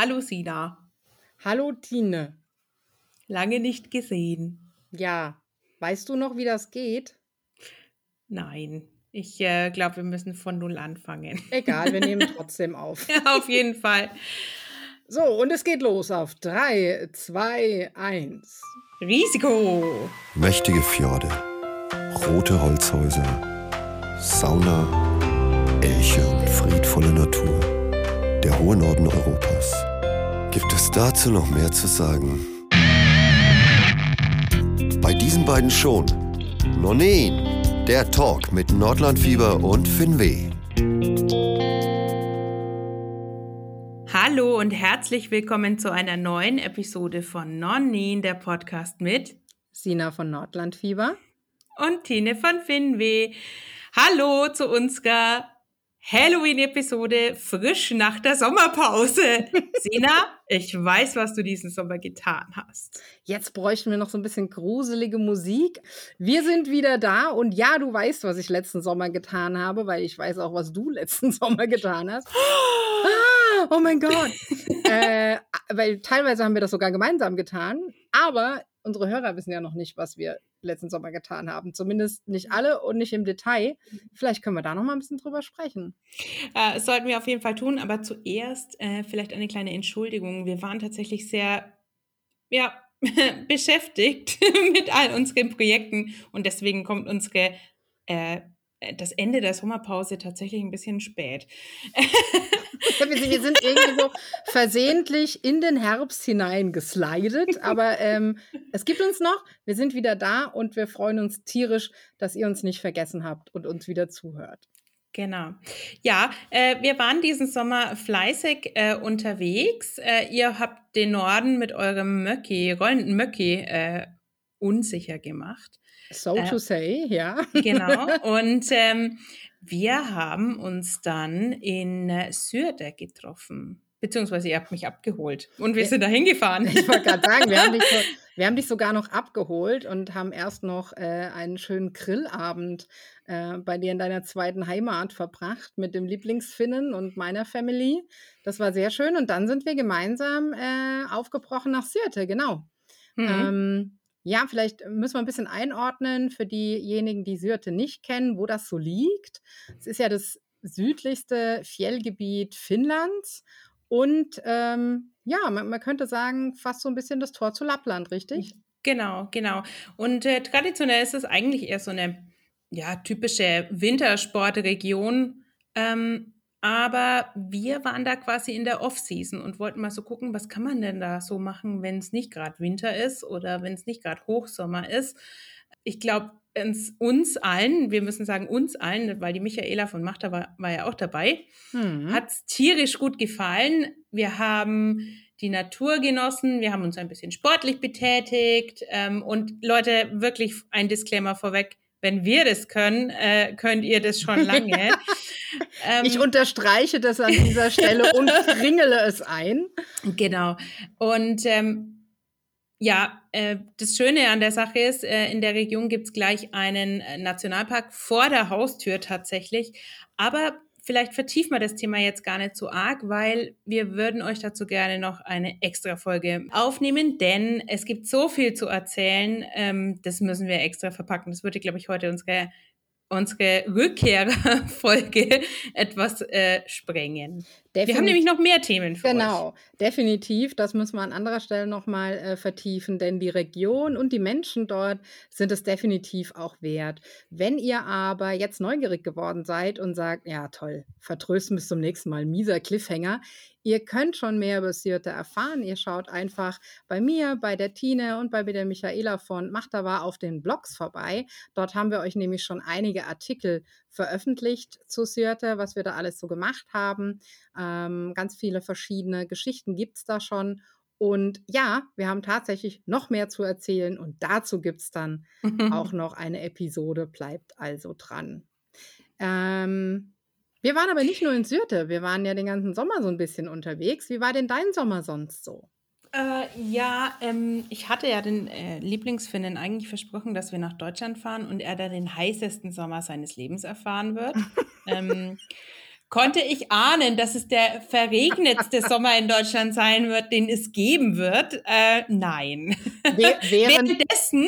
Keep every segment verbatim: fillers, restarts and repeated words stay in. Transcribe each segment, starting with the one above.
Hallo Sina, Hallo Tine. lange nicht gesehen. Ja, weißt du noch, wie das geht? Nein, ich äh, glaube, wir müssen von Null anfangen. Egal, wir nehmen trotzdem auf. Ja, auf jeden Fall. So, und es geht los auf drei, zwei, eins. Risiko. Mächtige Fjorde, rote Holzhäuser, Sauna, Elche und friedvolle Natur. Der hohe Norden Europas. Gibt es dazu noch mehr zu sagen? Bei diesen beiden schon. Nonneen, der Talk mit Nordlandfieber und Finweh. Hallo und herzlich willkommen zu einer neuen Episode von Nonneen, der Podcast mit Sina von Nordlandfieber. und Tine von Finweh. Hallo zu unserer Halloween-Episode frisch nach der Sommerpause. Sina, ich weiß, was du diesen Sommer getan hast. Jetzt bräuchten wir noch so ein bisschen gruselige Musik. Wir sind wieder da und ja, du weißt, was ich letzten Sommer getan habe, weil ich weiß auch, was du letzten Sommer getan hast. Ah, oh mein Gott. äh, weil teilweise haben wir das sogar gemeinsam getan, aber unsere Hörer wissen ja noch nicht, was wir letzten Sommer getan haben. Zumindest nicht alle und nicht im Detail. Vielleicht können wir da noch mal ein bisschen drüber sprechen. Äh, das sollten wir auf jeden Fall tun, aber zuerst äh, vielleicht eine kleine Entschuldigung. Wir waren tatsächlich sehr, ja, beschäftigt mit all unseren Projekten und deswegen kommt unsere, äh, das Ende der Sommerpause tatsächlich ein bisschen spät. Wir sind irgendwie so versehentlich in den Herbst hinein geslidet, aber ähm, es gibt uns noch, wir sind wieder da und wir freuen uns tierisch, dass ihr uns nicht vergessen habt und uns wieder zuhört. Genau. Ja, äh, wir waren diesen Sommer fleißig äh, unterwegs. Äh, ihr habt den Norden mit eurem Möcki, rollenden Möcki äh, unsicher gemacht. So Äh, to say, ja. Genau. Und ähm, wir haben uns dann in äh, Sürde getroffen. Beziehungsweise ihr habt mich abgeholt. Und wir Ja. sind da hingefahren. Ich wollte gerade sagen, wir haben, dich so, wir haben dich sogar noch abgeholt und haben erst noch äh, einen schönen Grillabend äh, bei dir in deiner zweiten Heimat verbracht mit dem Lieblingsfinnen und meiner Family. Das war sehr schön und dann sind wir gemeinsam äh, aufgebrochen nach Syrte, genau. Mhm. Ähm, ja, vielleicht müssen wir ein bisschen einordnen für diejenigen, die Syrte nicht kennen, wo das so liegt. Es ist ja das südlichste Fjellgebiet Finnlands und ähm, ja, man, man könnte sagen, fast so ein bisschen das Tor zu Lappland, richtig? Genau, genau. Und äh, traditionell ist es eigentlich eher so eine ja, typische Wintersportregion. Ähm, aber wir waren da quasi in der Off-Season und wollten mal so gucken, was kann man denn da so machen, wenn es nicht gerade Winter ist oder wenn es nicht gerade Hochsommer ist. Ich glaube, uns allen, wir müssen sagen uns allen, weil die Michaela von Machta war, war ja auch dabei, Mhm. hat es tierisch gut gefallen. Wir haben die Natur genossen, wir haben uns ein bisschen sportlich betätigt ähm, und Leute, wirklich ein Disclaimer vorweg, wenn wir das können, äh, könnt ihr das schon lange. ähm, Ich unterstreiche das an dieser Stelle und kringele es ein. Genau. Und ähm, ja, äh, das Schöne an der Sache ist, äh, in der Region gibt's gleich einen äh, Nationalpark vor der Haustür tatsächlich. Aber vielleicht vertiefen wir das Thema jetzt gar nicht so arg, weil wir würden euch dazu gerne noch eine extra Folge aufnehmen, denn es gibt so viel zu erzählen, ähm, das müssen wir extra verpacken. Das würde, glaube ich, heute unsere unsere Rückkehrerfolge etwas äh, sprengen. Wir haben Definitiv. nämlich noch mehr Themen für euch. Genau, definitiv. Das müssen wir an anderer Stelle nochmal äh, vertiefen, denn die Region und die Menschen dort sind es definitiv auch wert. Wenn ihr aber jetzt neugierig geworden seid und sagt, ja toll, vertrösten bis zum nächsten Mal, mieser Cliffhanger, ihr könnt schon mehr über Syrte erfahren. Ihr schaut einfach bei mir, bei der Tine und bei der Michaela von Machtava auf den Blogs vorbei. Dort haben wir euch nämlich schon einige Artikel veröffentlicht zu Syrte, was wir da alles so gemacht haben. Ähm, ganz viele verschiedene Geschichten gibt es da schon. Und ja, wir haben tatsächlich noch mehr zu erzählen und dazu gibt es dann auch noch eine Episode. Bleibt also dran. Ähm, wir waren aber nicht nur in Syrte, wir waren ja den ganzen Sommer so ein bisschen unterwegs. Wie war denn dein Sommer sonst so? Äh, ja, ähm, ich hatte ja den äh, Lieblingsfinnen eigentlich versprochen, dass wir nach Deutschland fahren und er da den heißesten Sommer seines Lebens erfahren wird. ähm, konnte ich ahnen, dass es der verregnetste Sommer in Deutschland sein wird, den es geben wird. Äh, nein. We- während, Währenddessen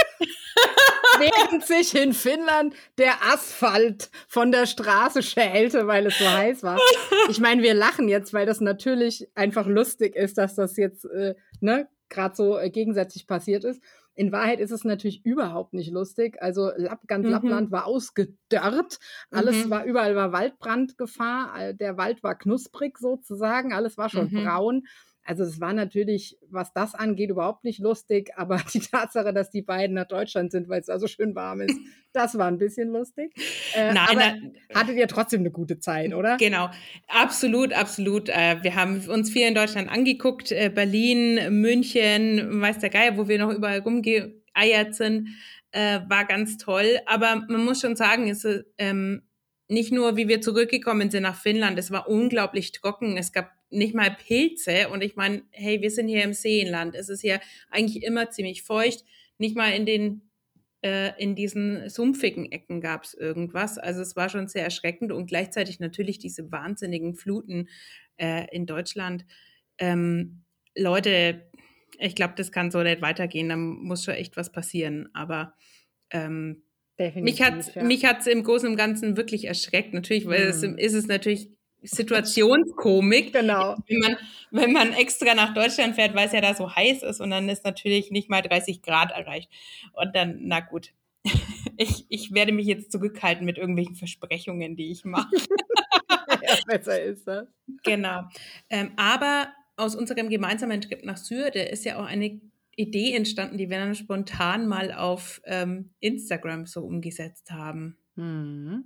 während sich in Finnland der Asphalt von der Straße schälte, weil es so heiß war. Ich meine, wir lachen jetzt, weil das natürlich einfach lustig ist, dass das jetzt äh, ne, gerade so äh, gegensätzlich passiert ist. In Wahrheit ist es natürlich überhaupt nicht lustig. Also Lapp, ganz Mhm. Lappland war ausgedörrt. Alles Mhm. war, überall war Waldbrandgefahr. All- Der Wald war knusprig sozusagen. Alles war schon Mhm. braun. Also es war natürlich, was das angeht, überhaupt nicht lustig. Aber die Tatsache, dass die beiden nach Deutschland sind, weil es da so schön warm ist, das war ein bisschen lustig. Äh, Nein, aber nein. hattet ihr trotzdem eine gute Zeit, oder? Genau, absolut, absolut. Äh, Wir haben uns viel in Deutschland angeguckt, äh, Berlin, München, weiß der Geier, wo wir noch überall rumgeeiert sind, äh, war ganz toll. Aber man muss schon sagen, es ist ähm, nicht nur, wie wir zurückgekommen sind nach Finnland, es war unglaublich trocken, es gab nicht mal Pilze. Und ich meine, hey, wir sind hier im Seenland, es ist hier eigentlich immer ziemlich feucht, nicht mal in den äh, in diesen sumpfigen Ecken gab es irgendwas. Also es war schon sehr erschreckend und gleichzeitig natürlich diese wahnsinnigen Fluten äh, in Deutschland. Ähm, Leute, ich glaube, das kann so nicht weitergehen. Da muss schon echt was passieren. Aber ähm, mich hat Definitiv, ja. mich hat's im Großen und Ganzen wirklich erschreckt. Natürlich, weil es Hm. ist es natürlich Situationskomik. Genau. Wenn man, wenn man extra nach Deutschland fährt, weil es ja da so heiß ist und dann ist natürlich nicht mal dreißig Grad erreicht. Und dann, na gut. Ich, ich werde mich jetzt zurückhalten mit irgendwelchen Versprechungen, die ich mache. Ja, besser ist das. Genau. Ähm, aber aus unserem gemeinsamen Trip nach Sürde ist ja auch eine Idee entstanden, die wir dann spontan mal auf ähm, Instagram so umgesetzt haben. Mhm.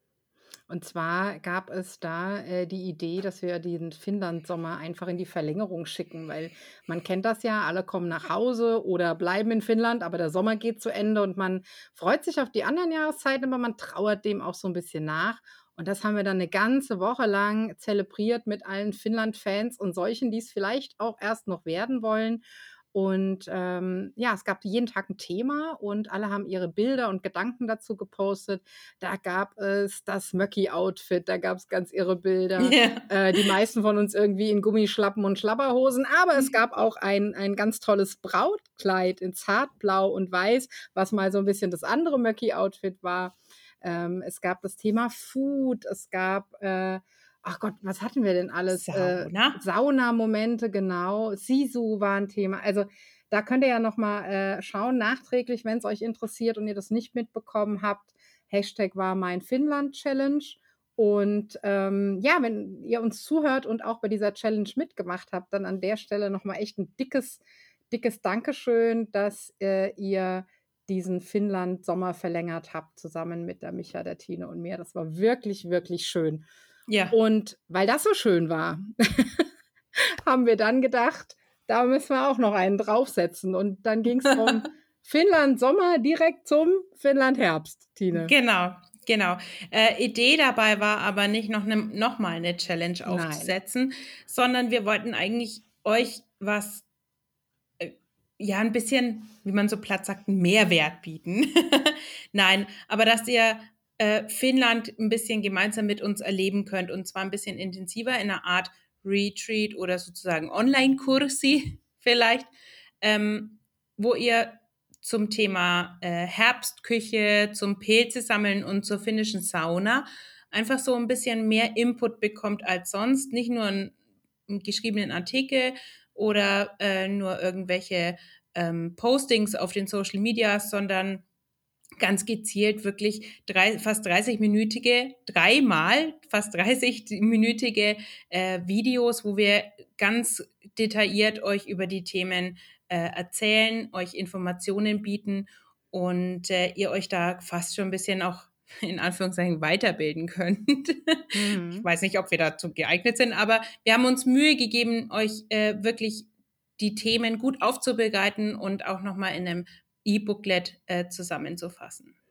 Und zwar gab es da äh, die Idee, dass wir den Finnland-Sommer einfach in die Verlängerung schicken, weil man kennt das ja, alle kommen nach Hause oder bleiben in Finnland, aber der Sommer geht zu Ende und man freut sich auf die anderen Jahreszeiten, aber man trauert dem auch so ein bisschen nach. Und das haben wir dann eine ganze Woche lang zelebriert mit allen Finnland-Fans und solchen, die es vielleicht auch erst noch werden wollen. Und ähm, ja, es gab jeden Tag ein Thema und alle haben ihre Bilder und Gedanken dazu gepostet. Da gab es das Möcki-Outfit, da gab es ganz irre Bilder. Ja. Äh, die meisten von uns irgendwie in Gummischlappen und Schlabberhosen. Aber es gab auch ein, ein ganz tolles Brautkleid in Zartblau und Weiß, was mal so ein bisschen das andere Möcki-Outfit war. Ähm, es gab das Thema Food, es gab, äh, ach Gott, was hatten wir denn alles? Äh, Sauna. Sauna-Momente, genau. Sisu war ein Thema. Also da könnt ihr ja nochmal äh, schauen, nachträglich, wenn es euch interessiert und ihr das nicht mitbekommen habt. Hashtag war mein Finnland-Challenge. Und ähm, ja, wenn ihr uns zuhört und auch bei dieser Challenge mitgemacht habt, dann an der Stelle nochmal echt ein dickes, dickes Dankeschön, dass äh, ihr diesen Finnland-Sommer verlängert habt, zusammen mit der Micha, der Tine und mir. Das war wirklich, wirklich schön. Ja. Und weil das so schön war, haben wir dann gedacht, da müssen wir auch noch einen draufsetzen. Und dann ging es vom Finnland-Sommer direkt zum Finnland-Herbst, Tine. Genau, genau. Äh, Idee dabei war aber nicht noch, ne, noch mal eine Challenge Nein. aufzusetzen, sondern wir wollten eigentlich euch was, äh, ja, ein bisschen, wie man so platt sagt, einen Mehrwert bieten. Nein, aber dass ihr äh, Finnland ein bisschen gemeinsam mit uns erleben könnt und zwar ein bisschen intensiver in einer Art Retreat oder sozusagen Online-Kursi vielleicht, ähm, wo ihr zum Thema äh, Herbstküche, zum Pilze sammeln und zur finnischen Sauna einfach so ein bisschen mehr Input bekommt als sonst. Nicht nur einen, einen geschriebenen Artikel oder äh, nur irgendwelche ähm, Postings auf den Social Medias, sondern ganz gezielt wirklich drei, fast dreißig-minütige, dreimal fast dreißig-minütige äh, Videos, wo wir ganz detailliert euch über die Themen äh, erzählen, euch Informationen bieten und äh, ihr euch da fast schon ein bisschen auch in Anführungszeichen weiterbilden könnt. Mhm. Ich weiß nicht, ob wir dazu geeignet sind, aber wir haben uns Mühe gegeben, euch äh, wirklich die Themen gut aufzubereiten und auch nochmal in einem E-Booklet äh, zusammenzufassen.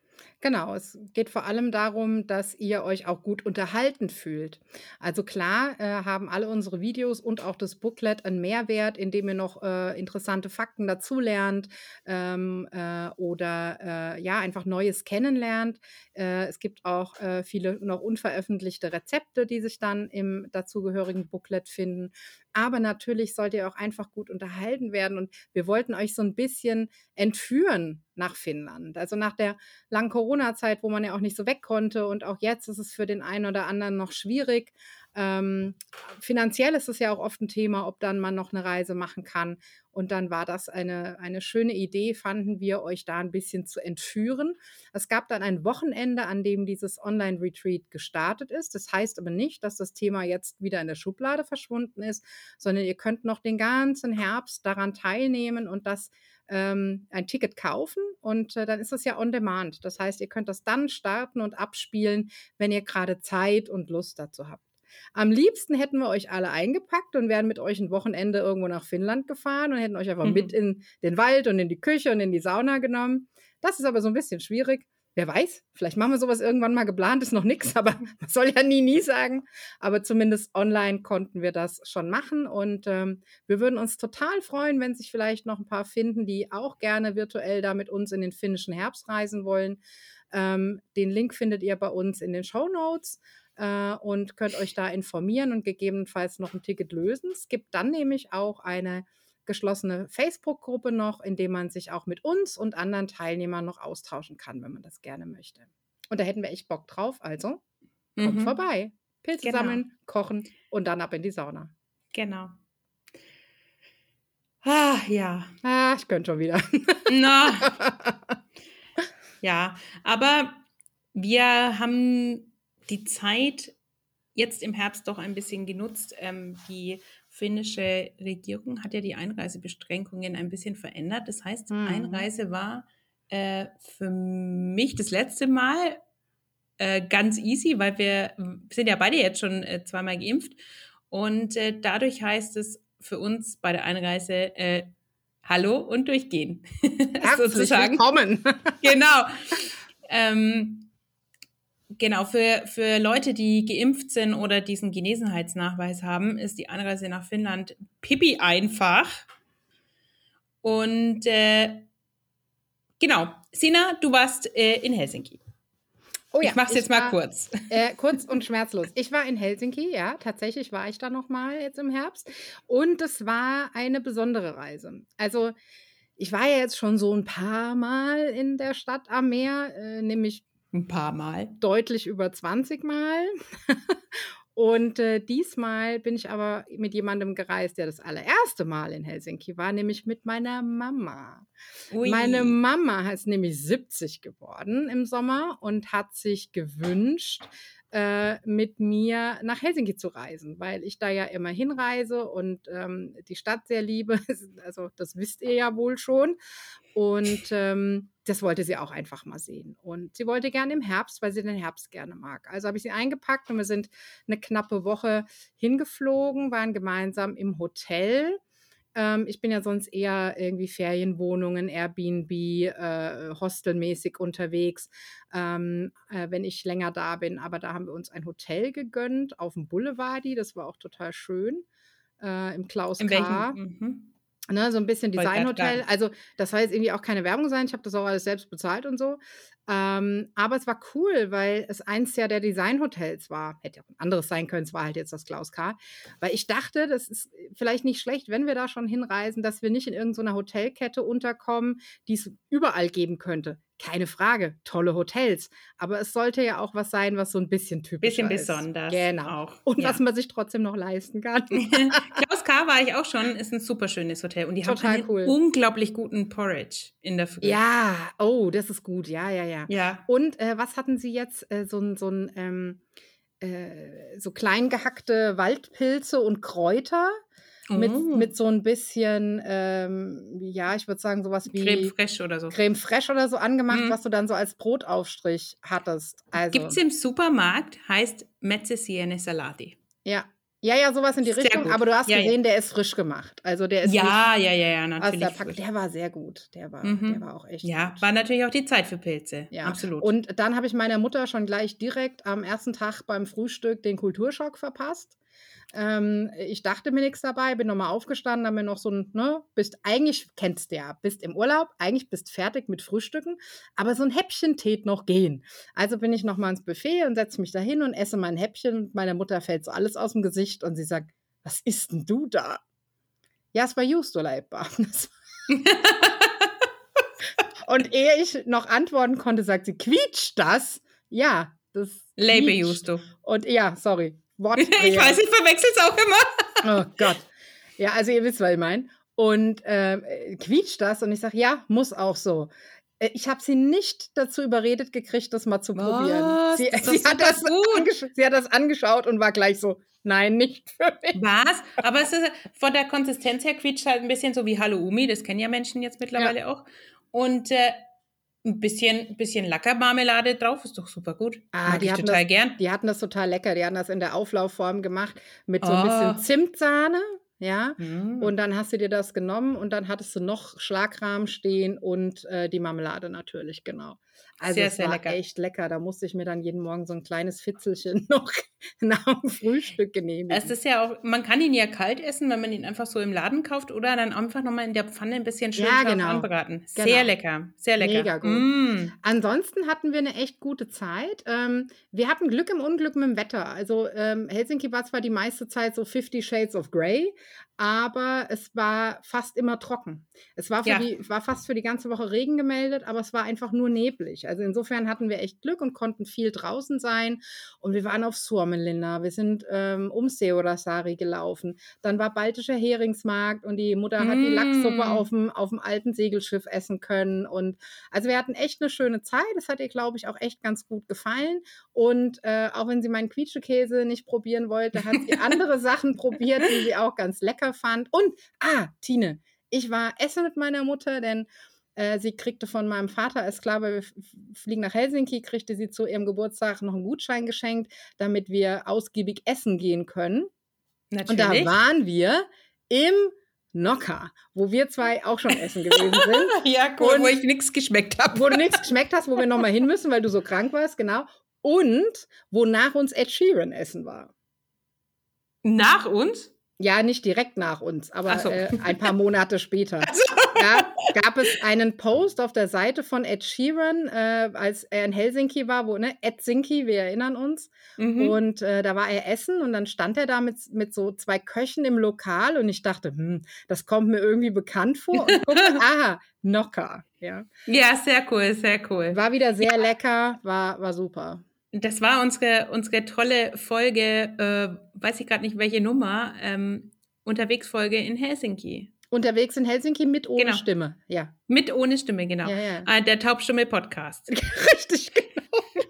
Genau, es geht vor allem darum, dass ihr euch auch gut unterhalten fühlt. Also klar, äh, haben alle unsere Videos und auch das Booklet einen Mehrwert, indem ihr noch äh, interessante Fakten dazulernt ähm, äh, oder äh, ja, einfach Neues kennenlernt. Äh, es gibt auch äh, viele noch unveröffentlichte Rezepte, die sich dann im dazugehörigen Booklet finden. Aber natürlich sollt ihr auch einfach gut unterhalten werden. Und wir wollten euch so ein bisschen entführen nach Finnland. Also nach der langen Corona-Zeit, wo man ja auch nicht so weg konnte. Und auch jetzt ist es für den einen oder anderen noch schwierig. Ähm, finanziell ist es ja auch oft ein Thema, ob dann man noch eine Reise machen kann. Und dann war das eine, eine schöne Idee, fanden wir, euch da ein bisschen zu entführen. Es gab dann ein Wochenende, an dem dieses Online-Retreat gestartet ist. Das heißt aber nicht, dass das Thema jetzt wieder in der Schublade verschwunden ist, sondern ihr könnt noch den ganzen Herbst daran teilnehmen und das ähm, ein Ticket kaufen und äh, dann ist das ja on demand. Das heißt, ihr könnt das dann starten und abspielen, wenn ihr gerade Zeit und Lust dazu habt. Am liebsten hätten wir euch alle eingepackt und wären mit euch ein Wochenende irgendwo nach Finnland gefahren und hätten euch einfach Mhm. mit in den Wald und in die Küche und in die Sauna genommen. Das ist aber so ein bisschen schwierig. Wer weiß, vielleicht machen wir sowas irgendwann mal, geplant ist noch nichts, aber man soll ja nie, nie sagen. Aber zumindest online konnten wir das schon machen und ähm, wir würden uns total freuen, wenn sich vielleicht noch ein paar finden, die auch gerne virtuell da mit uns in den finnischen Herbst reisen wollen. Ähm, den Link findet ihr bei uns in den Shownotes äh, und könnt euch da informieren und gegebenenfalls noch ein Ticket lösen. Es gibt dann nämlich auch eine geschlossene Facebook-Gruppe noch, in der man sich auch mit uns und anderen Teilnehmern noch austauschen kann, wenn man das gerne möchte. Und da hätten wir echt Bock drauf, also kommt Mhm. vorbei. Pilze Genau. sammeln, kochen und dann ab in die Sauna. Genau. Ah, ja. Ah, ich könnte schon wieder. Na, ja, aber wir haben die Zeit jetzt im Herbst doch ein bisschen genutzt. Ähm, die finnische Regierung hat ja die Einreisebeschränkungen ein bisschen verändert. Das heißt, Mhm. Einreise war äh, für mich das letzte Mal äh, ganz easy, weil wir sind ja beide jetzt schon äh, zweimal geimpft. Und äh, dadurch heißt es für uns bei der Einreise äh, Hallo und durchgehen. Herzlich sozusagen. willkommen. Genau. Ähm, genau, für, für Leute, die geimpft sind oder diesen Genesenheitsnachweis haben, ist die Einreise nach Finnland pipi einfach. Und äh, genau, Sina, du warst äh, in Helsinki. Oh ja, ich mach's jetzt mal war, kurz. Äh, kurz und schmerzlos. Ich war in Helsinki, ja, tatsächlich war ich da nochmal jetzt im Herbst. Und es war eine besondere Reise. Also ich war ja jetzt schon so ein paar Mal in der Stadt am Meer, äh, nämlich Ein paar Mal. deutlich über zwanzig Mal. Und äh, diesmal bin ich aber mit jemandem gereist, der das allererste Mal in Helsinki war, nämlich mit meiner Mama. Ui. Meine Mama ist nämlich siebzig geworden im Sommer und hat sich gewünscht, äh, mit mir nach Helsinki zu reisen, weil ich da ja immer hinreise und ähm, die Stadt sehr liebe. Also das wisst ihr ja wohl schon. Und ähm, das wollte sie auch einfach mal sehen. Und sie wollte gerne im Herbst, weil sie den Herbst gerne mag. Also habe ich sie eingepackt und wir sind eine knappe Woche hingeflogen, waren gemeinsam im Hotel. Ähm, ich bin ja sonst eher irgendwie Ferienwohnungen, Airbnb, äh, hostelmäßig unterwegs, ähm, äh, wenn ich länger da bin. Aber da haben wir uns ein Hotel gegönnt auf dem Boulevardi. Das war auch total schön. Äh, im Klaus In K. welchem? Mhm. Ne, so ein bisschen Wollte grad Designhotel. fragen. Also das soll jetzt irgendwie auch keine Werbung sein. Ich habe das auch alles selbst bezahlt und so. Ähm, aber es war cool, weil es eins ja der Designhotels war. Hätte auch ein anderes sein können, es war halt jetzt das Klaus K. Weil ich dachte, das ist vielleicht nicht schlecht, wenn wir da schon hinreisen, dass wir nicht in irgendeiner Hotelkette unterkommen, die es überall geben könnte. Keine Frage, tolle Hotels. Aber es sollte ja auch was sein, was so ein bisschen typischer Bisschen ist. besonders Genau. auch. Und Ja. was man sich trotzdem noch leisten kann. Klaus K. war ich auch schon, ist ein super schönes Hotel. Und die Total haben einen cool. unglaublich guten Porridge in der Früh. Ja, oh, das ist gut. Ja, ja, ja. Ja. Und äh, was hatten Sie jetzt? Äh, so ein, so ein ähm, äh, so klein gehackte Waldpilze und Kräuter mit, Oh. mit so ein bisschen, ähm, ja, ich würde sagen, sowas wie Creme fraiche oder so. Creme fraiche oder so angemacht, Mhm. was du dann so als Brotaufstrich hattest. Also, Gibt's im Supermarkt, heißt Mezze Siene Salati. ja, Ja, ja, sowas in die Sehr Richtung, gut. aber du hast Ja, ja. gesehen, der ist frisch gemacht. Also der ist Ja, ja, ja, ja, nicht aus natürlich der Packung. frisch. Der war sehr gut. Der war, Mhm. der war auch echt Ja, gut. war natürlich auch die Zeit für Pilze. Ja, Absolut. und dann habe ich meiner Mutter schon gleich direkt am ersten Tag beim Frühstück den Kulturschock verpasst. Ähm, ich dachte mir nichts dabei, bin nochmal aufgestanden, habe mir noch so ein, ne, bist eigentlich, kennst du ja, bist im Urlaub, eigentlich bist fertig mit Frühstücken, aber so ein Häppchen tät noch gehen. Also bin ich nochmal ins Buffet und setze mich da hin und esse mein Häppchen und meiner Mutter fällt so alles aus dem Gesicht und sie sagt, was isst denn du da? Ja, es war Justo-Leibbar. Und ehe ich noch antworten konnte, sagt sie, quietscht das? Ja, das Lebe quietscht. Justo. Und ja, sorry, Wortdreher. Ich weiß, ich verwechsel es auch immer. Oh Gott. Ja, also ihr wisst, was ich meine. Und äh, quietscht das? Und ich sage, ja, muss auch so. Äh, Ich habe sie nicht dazu überredet gekriegt, das mal zu probieren. Was? Sie, Das ist doch sie, hat super das gut. angesch- sie hat das angeschaut und war gleich so, nein, nicht für mich. Was? Aber es ist von der Konsistenz her quietscht halt ein bisschen so wie Halloumi, das kennen ja Menschen jetzt mittlerweile auch. Und äh, ein bisschen, bisschen Lackermarmelade drauf, ist doch super gut. Ah, Mag die ich hatten total das, gern. Die hatten das total lecker. Die hatten das in der Auflaufform gemacht mit so ein Ah. bisschen Zimtsahne. Ja, Mm. und dann hast du dir das genommen und dann hattest du noch Schlagrahmen stehen und äh, die Marmelade natürlich, genau. Also Sehr, es sehr war lecker. echt lecker. Da musste ich mir dann jeden Morgen so ein kleines Fitzelchen noch nach dem Frühstück genehmigen. Es ist ja auch, man kann ihn ja kalt essen, wenn man ihn einfach so im Laden kauft oder dann einfach nochmal in der Pfanne ein bisschen schön Ja, scharf genau. anbraten. Sehr Genau. lecker, sehr lecker. Mega gut. Mm. Ansonsten hatten wir eine echt gute Zeit. Ähm, wir hatten Glück im Unglück mit dem Wetter. Also ähm, Helsinki war zwar die meiste Zeit so Fifty Shades of Grey, aber es war fast immer trocken. Es war, für Ja. die, war fast für die ganze Woche Regen gemeldet, aber es war einfach nur neblig. Also insofern hatten wir echt Glück und konnten viel draußen sein. Und wir waren auf Suomenlinna, wir sind ähm, um Seurasari gelaufen. Dann war Baltischer Heringsmarkt und die Mutter hat die Mm. Lachssuppe auf dem, auf dem alten Segelschiff essen können. Und also wir hatten echt eine schöne Zeit. Das hat ihr, glaube ich, auch echt ganz gut gefallen. Und äh, auch wenn sie meinen Quietschekäse nicht probieren wollte, hat sie andere Sachen probiert, die sie auch ganz lecker fand. Und, ah, Tine, ich war essen mit meiner Mutter, denn äh, sie kriegte von meinem Vater, ist klar, weil wir f- fliegen nach Helsinki, kriegte sie zu ihrem Geburtstag noch einen Gutschein geschenkt, damit wir ausgiebig essen gehen können. Und da Natürlich. waren wir im Nokka, wo wir zwei auch schon essen gewesen sind. Ja, cool, Und- wo ich nichts geschmeckt habe. Wo du nichts geschmeckt hast, wo wir nochmal hin müssen, weil du so krank warst, genau. Und wo nach uns Ed Sheeran essen war. Nach uns? Ja, nicht direkt nach uns, aber Ach so. äh, ein paar Monate später. Ja, gab es einen Post auf der Seite von Ed Sheeran, äh, als er in Helsinki war, wo, ne, Ed Sinki, wir erinnern uns. Mhm. Und äh, da war er essen und dann stand er da mit, mit so zwei Köchen im Lokal und ich dachte, hm, das kommt mir irgendwie bekannt vor. Und gucke, aha, Nokka. Ja. Ja, sehr cool, sehr cool. War wieder sehr lecker, war, war super. Das war unsere, unsere tolle Folge, äh, weiß ich gerade nicht welche Nummer, ähm, Unterwegsfolge in Helsinki. Unterwegs in Helsinki mit ohne Genau. Stimme. Ja. Mit ohne Stimme, genau. Ja, ja. Äh, der Taubstumme-Podcast. Richtig, genau.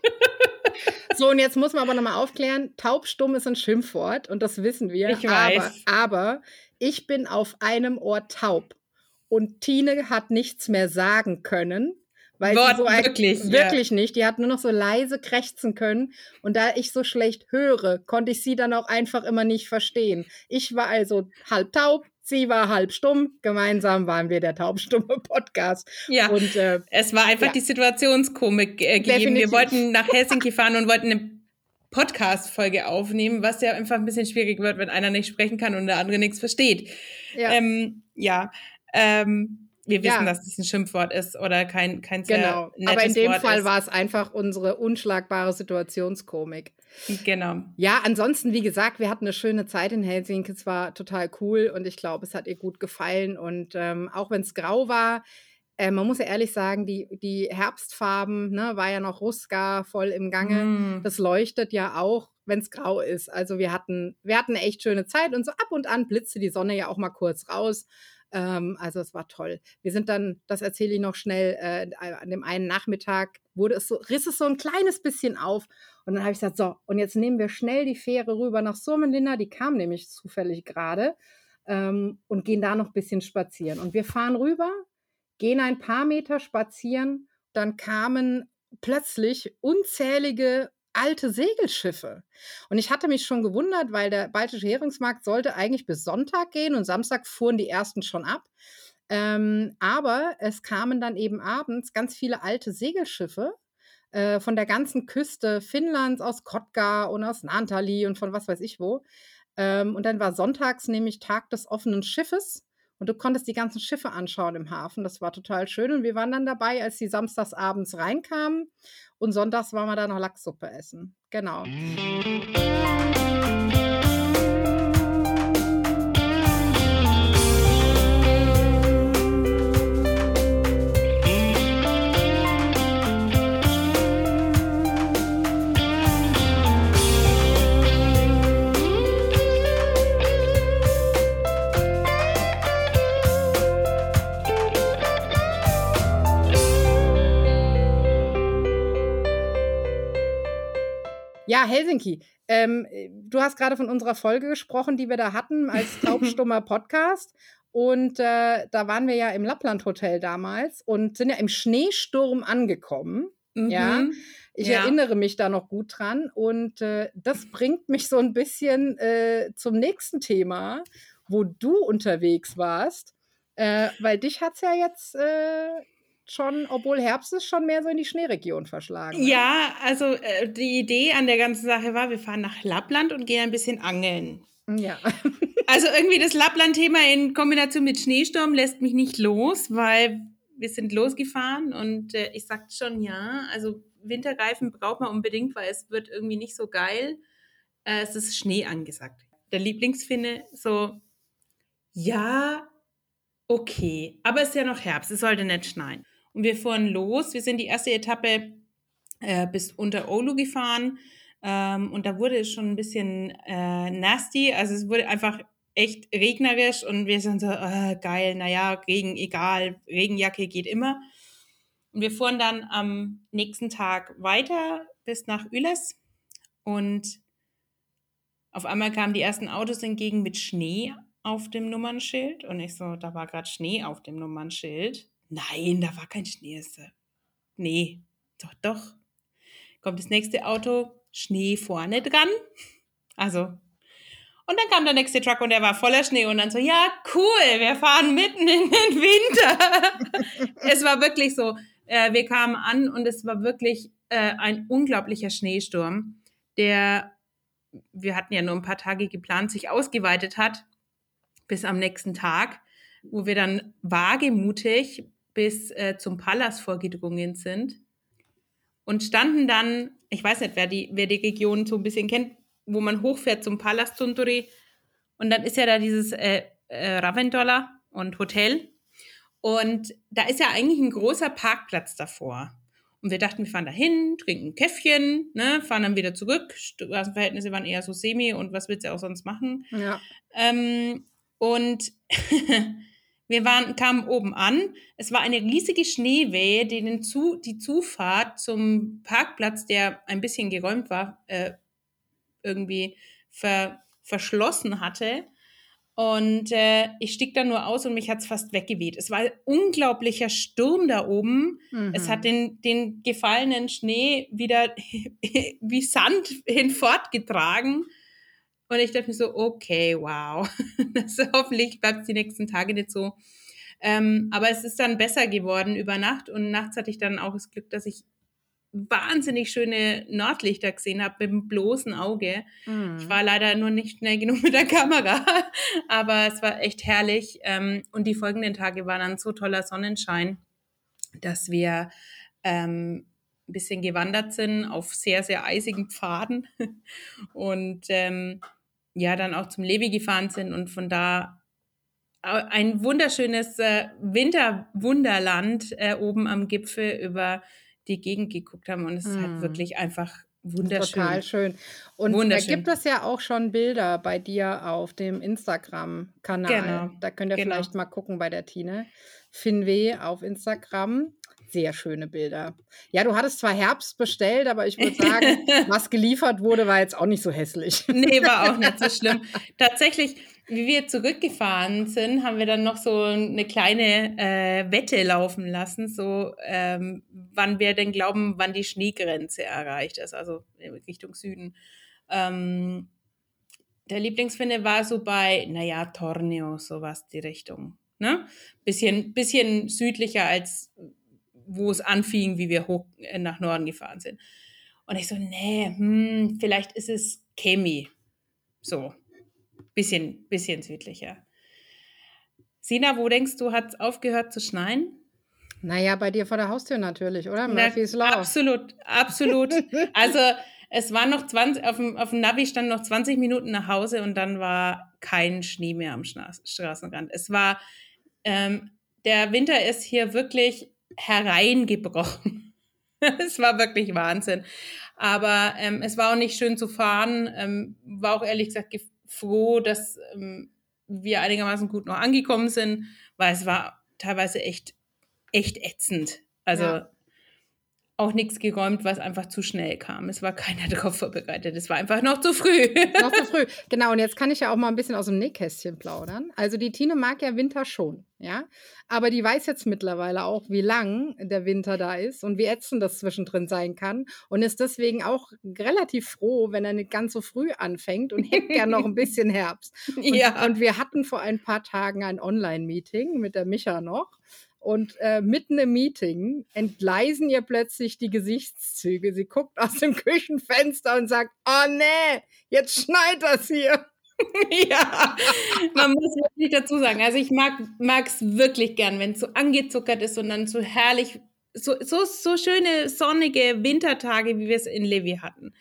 So, und jetzt muss man aber nochmal aufklären, taubstumm ist ein Schimpfwort und das wissen wir. Ich aber, weiß. aber ich bin auf einem Ohr taub und Tine hat nichts mehr sagen können. Weil Wort- sie so ein- wirklich, ja. wirklich nicht. Die hat nur noch so leise krächzen können. Und da ich so schlecht höre, konnte ich sie dann auch einfach immer nicht verstehen. Ich war also halb taub, sie war halb stumm. Gemeinsam waren wir der taubstumme Podcast. Ja. Und äh, Es war einfach Ja. die Situationskomik äh, gegeben. Definitiv. Wir wollten nach Helsinki fahren und wollten eine Podcast-Folge aufnehmen, was ja einfach ein bisschen schwierig wird, wenn einer nicht sprechen kann und der andere nichts versteht. ja. Ähm, ja. Ähm, wir wissen, Ja. dass das ein Schimpfwort ist oder kein, kein sehr Genau, nettes aber in dem Wort Fall ist. war es einfach unsere unschlagbare Situationskomik. Genau. Ja, ansonsten, wie gesagt, wir hatten eine schöne Zeit in Helsinki, es war total cool und ich glaube, es hat ihr gut gefallen und ähm, auch wenn es grau war, äh, man muss ja ehrlich sagen, die, die Herbstfarben, ne, war ja noch Ruska voll im Gange, Mm. das leuchtet ja auch, wenn es grau ist. Also wir hatten, wir hatten eine echt schöne Zeit und so ab und an blitzte die Sonne ja auch mal kurz raus. Ähm, also es war toll. Wir sind dann, das erzähle ich noch schnell, äh, an dem einen Nachmittag wurde es so, riss es so ein kleines bisschen auf und dann habe ich gesagt, so, und jetzt nehmen wir schnell die Fähre rüber nach Suomenlinna, die kam nämlich zufällig gerade ähm, und gehen da noch ein bisschen spazieren. Und wir fahren rüber, gehen ein paar Meter spazieren, dann kamen plötzlich unzählige alte Segelschiffe. Und ich hatte mich schon gewundert, weil der Baltische Heringsmarkt sollte eigentlich bis Sonntag gehen und Samstag fuhren die ersten schon ab. Ähm, aber es kamen dann eben abends ganz viele alte Segelschiffe äh, von der ganzen Küste Finnlands, aus Kotka und aus Naantali und von was weiß ich wo. Ähm, und dann war sonntags nämlich Tag des offenen Schiffes. Und du konntest die ganzen Schiffe anschauen im Hafen. Das war total schön. Und wir waren dann dabei, als die samstags abends reinkamen. Und sonntags waren wir da noch Lachssuppe essen. Genau. Ja, Helsinki. Ähm, du hast gerade von unserer Folge gesprochen, die wir da hatten als taubstummer Podcast. Und äh, da waren wir ja im Lappland-Hotel damals und sind ja im Schneesturm angekommen. Mhm. Ja, ich ja. erinnere mich da noch gut dran. Und äh, das bringt mich so ein bisschen äh, zum nächsten Thema, wo du unterwegs warst. Äh, weil dich hat es ja jetzt... Äh, schon, obwohl Herbst ist, schon mehr so in die Schneeregion verschlagen. Ne? Ja, also äh, die Idee an der ganzen Sache war, wir fahren nach Lappland und gehen ein bisschen angeln. Ja. Also irgendwie das Lappland-Thema in Kombination mit Schneesturm lässt mich nicht los, weil wir sind losgefahren und äh, ich sagte schon, ja, also Winterreifen braucht man unbedingt, weil es wird irgendwie nicht so geil. Äh, es ist Schnee angesagt. Der Lieblingsfinne so, ja, okay, aber es ist ja noch Herbst, es sollte nicht schneien. Und wir fuhren los. Wir sind die erste Etappe äh, bis unter Oulu gefahren. Ähm, und da wurde es schon ein bisschen äh, nasty. Also es wurde einfach echt regnerisch. Und wir sind so, äh, geil, naja, Regen, egal. Regenjacke geht immer. Und wir fuhren dann am nächsten Tag weiter bis nach Yles. Und auf einmal kamen die ersten Autos entgegen mit Schnee auf dem Nummernschild. Und ich so, da war gerade Schnee auf dem Nummernschild. Nein, da war kein Schnee. Nee, doch, doch. Kommt das nächste Auto, Schnee vorne dran. Also, und dann kam der nächste Truck und der war voller Schnee. Und dann so, ja, cool, wir fahren mitten in den Winter. Es war wirklich so, äh, wir kamen an und es war wirklich äh, ein unglaublicher Schneesturm, der, wir hatten ja nur ein paar Tage geplant, sich ausgeweitet hat bis am nächsten Tag, wo wir dann wagemutig bis äh, zum Pallas vorgedrungen sind und standen dann, ich weiß nicht, wer die, wer die Region so ein bisschen kennt, wo man hochfährt zum Pallas Tunturi und dann ist ja da dieses äh, äh, Raventola und Hotel und da ist ja eigentlich ein großer Parkplatz davor und wir dachten, wir fahren da hin, trinken ein Käffchen, ne, fahren dann wieder zurück, Straßenverhältnisse waren eher so semi und was willst du auch sonst machen? Ja. Ähm, und wir waren, kamen oben an. Es war eine riesige Schneewehe, die den Zu, die Zufahrt zum Parkplatz, der ein bisschen geräumt war, äh, irgendwie ver, verschlossen hatte. Und äh, ich stieg dann nur aus und mich hat es fast weggeweht. Es war ein unglaublicher Sturm da oben. Mhm. Es hat den, den gefallenen Schnee wieder wie Sand hinfortgetragen. Und ich dachte mir so, okay, wow, das, hoffentlich bleibt es die nächsten Tage nicht so. Ähm, aber es ist dann besser geworden über Nacht und nachts hatte ich dann auch das Glück, dass ich wahnsinnig schöne Nordlichter gesehen habe mit dem bloßen Auge. Mhm. Ich war leider nur nicht schnell genug mit der Kamera, aber es war echt herrlich. Ähm, und die folgenden Tage waren dann so toller Sonnenschein, dass wir ähm, ein bisschen gewandert sind auf sehr, sehr eisigen Pfaden und ähm, ja, dann auch zum Levi gefahren sind und von da ein wunderschönes äh, Winterwunderland äh, oben am Gipfel über die Gegend geguckt haben und es ist mm. halt wirklich einfach wunderschön. Total schön. Und wunderschön. Da gibt es ja auch schon Bilder bei dir auf dem Instagram-Kanal. Genau. Da könnt ihr genau. vielleicht mal gucken bei der Tine. Finwe auf Instagram. Sehr schöne Bilder. Ja, du hattest zwar Herbst bestellt, aber ich würde sagen, was geliefert wurde, war jetzt auch nicht so hässlich. Nee, war auch nicht so schlimm. Tatsächlich, wie wir zurückgefahren sind, haben wir dann noch so eine kleine äh, Wette laufen lassen, so ähm, wann wir denn glauben, wann die Schneegrenze erreicht ist, also Richtung Süden. Ähm, der Lieblingsfinne war so bei, naja, Torneo, sowas die Richtung. Ne? Bisschen, bisschen südlicher als wo es anfing, wie wir hoch äh, nach Norden gefahren sind. Und ich so, nee, hm, vielleicht ist es Kemi. So, bisschen, bisschen südlicher. Sina, wo denkst du, hat es aufgehört zu schneien? Naja, bei dir vor der Haustür natürlich, oder? Na, Murphy's Law. absolut, absolut. Also es waren noch zwanzig, auf dem, auf dem Navi stand noch zwanzig Minuten nach Hause und dann war kein Schnee mehr am Schna- Straßenrand. Es war, ähm, der Winter ist hier wirklich hereingebrochen. Es war wirklich Wahnsinn. Aber ähm, es war auch nicht schön zu fahren. Ähm, war auch ehrlich gesagt gef- froh, dass ähm, wir einigermaßen gut noch angekommen sind, weil es war teilweise echt, echt ätzend. Also Ja. auch nichts geräumt, was einfach zu schnell kam. Es war keiner darauf vorbereitet. Es war einfach noch zu früh. Noch zu früh. Genau, und jetzt kann ich ja auch mal ein bisschen aus dem Nähkästchen plaudern. Also die Tine mag ja Winter schon, ja. Aber die weiß jetzt mittlerweile auch, wie lang der Winter da ist und wie ätzend das zwischendrin sein kann. Und ist deswegen auch relativ froh, wenn er nicht ganz so früh anfängt und hätte gern noch ein bisschen Herbst. Und, Ja. und wir hatten vor ein paar Tagen ein Online-Meeting mit der Micha noch. Und äh, mitten im Meeting entgleisen ihr plötzlich die Gesichtszüge. Sie guckt aus dem Küchenfenster und sagt, oh nee, jetzt schneit das hier. Ja, man muss wirklich dazu sagen, also ich mag es wirklich gern, wenn es so angezuckert ist und dann so herrlich, so, so, so schöne sonnige Wintertage, wie wir es in Levi hatten.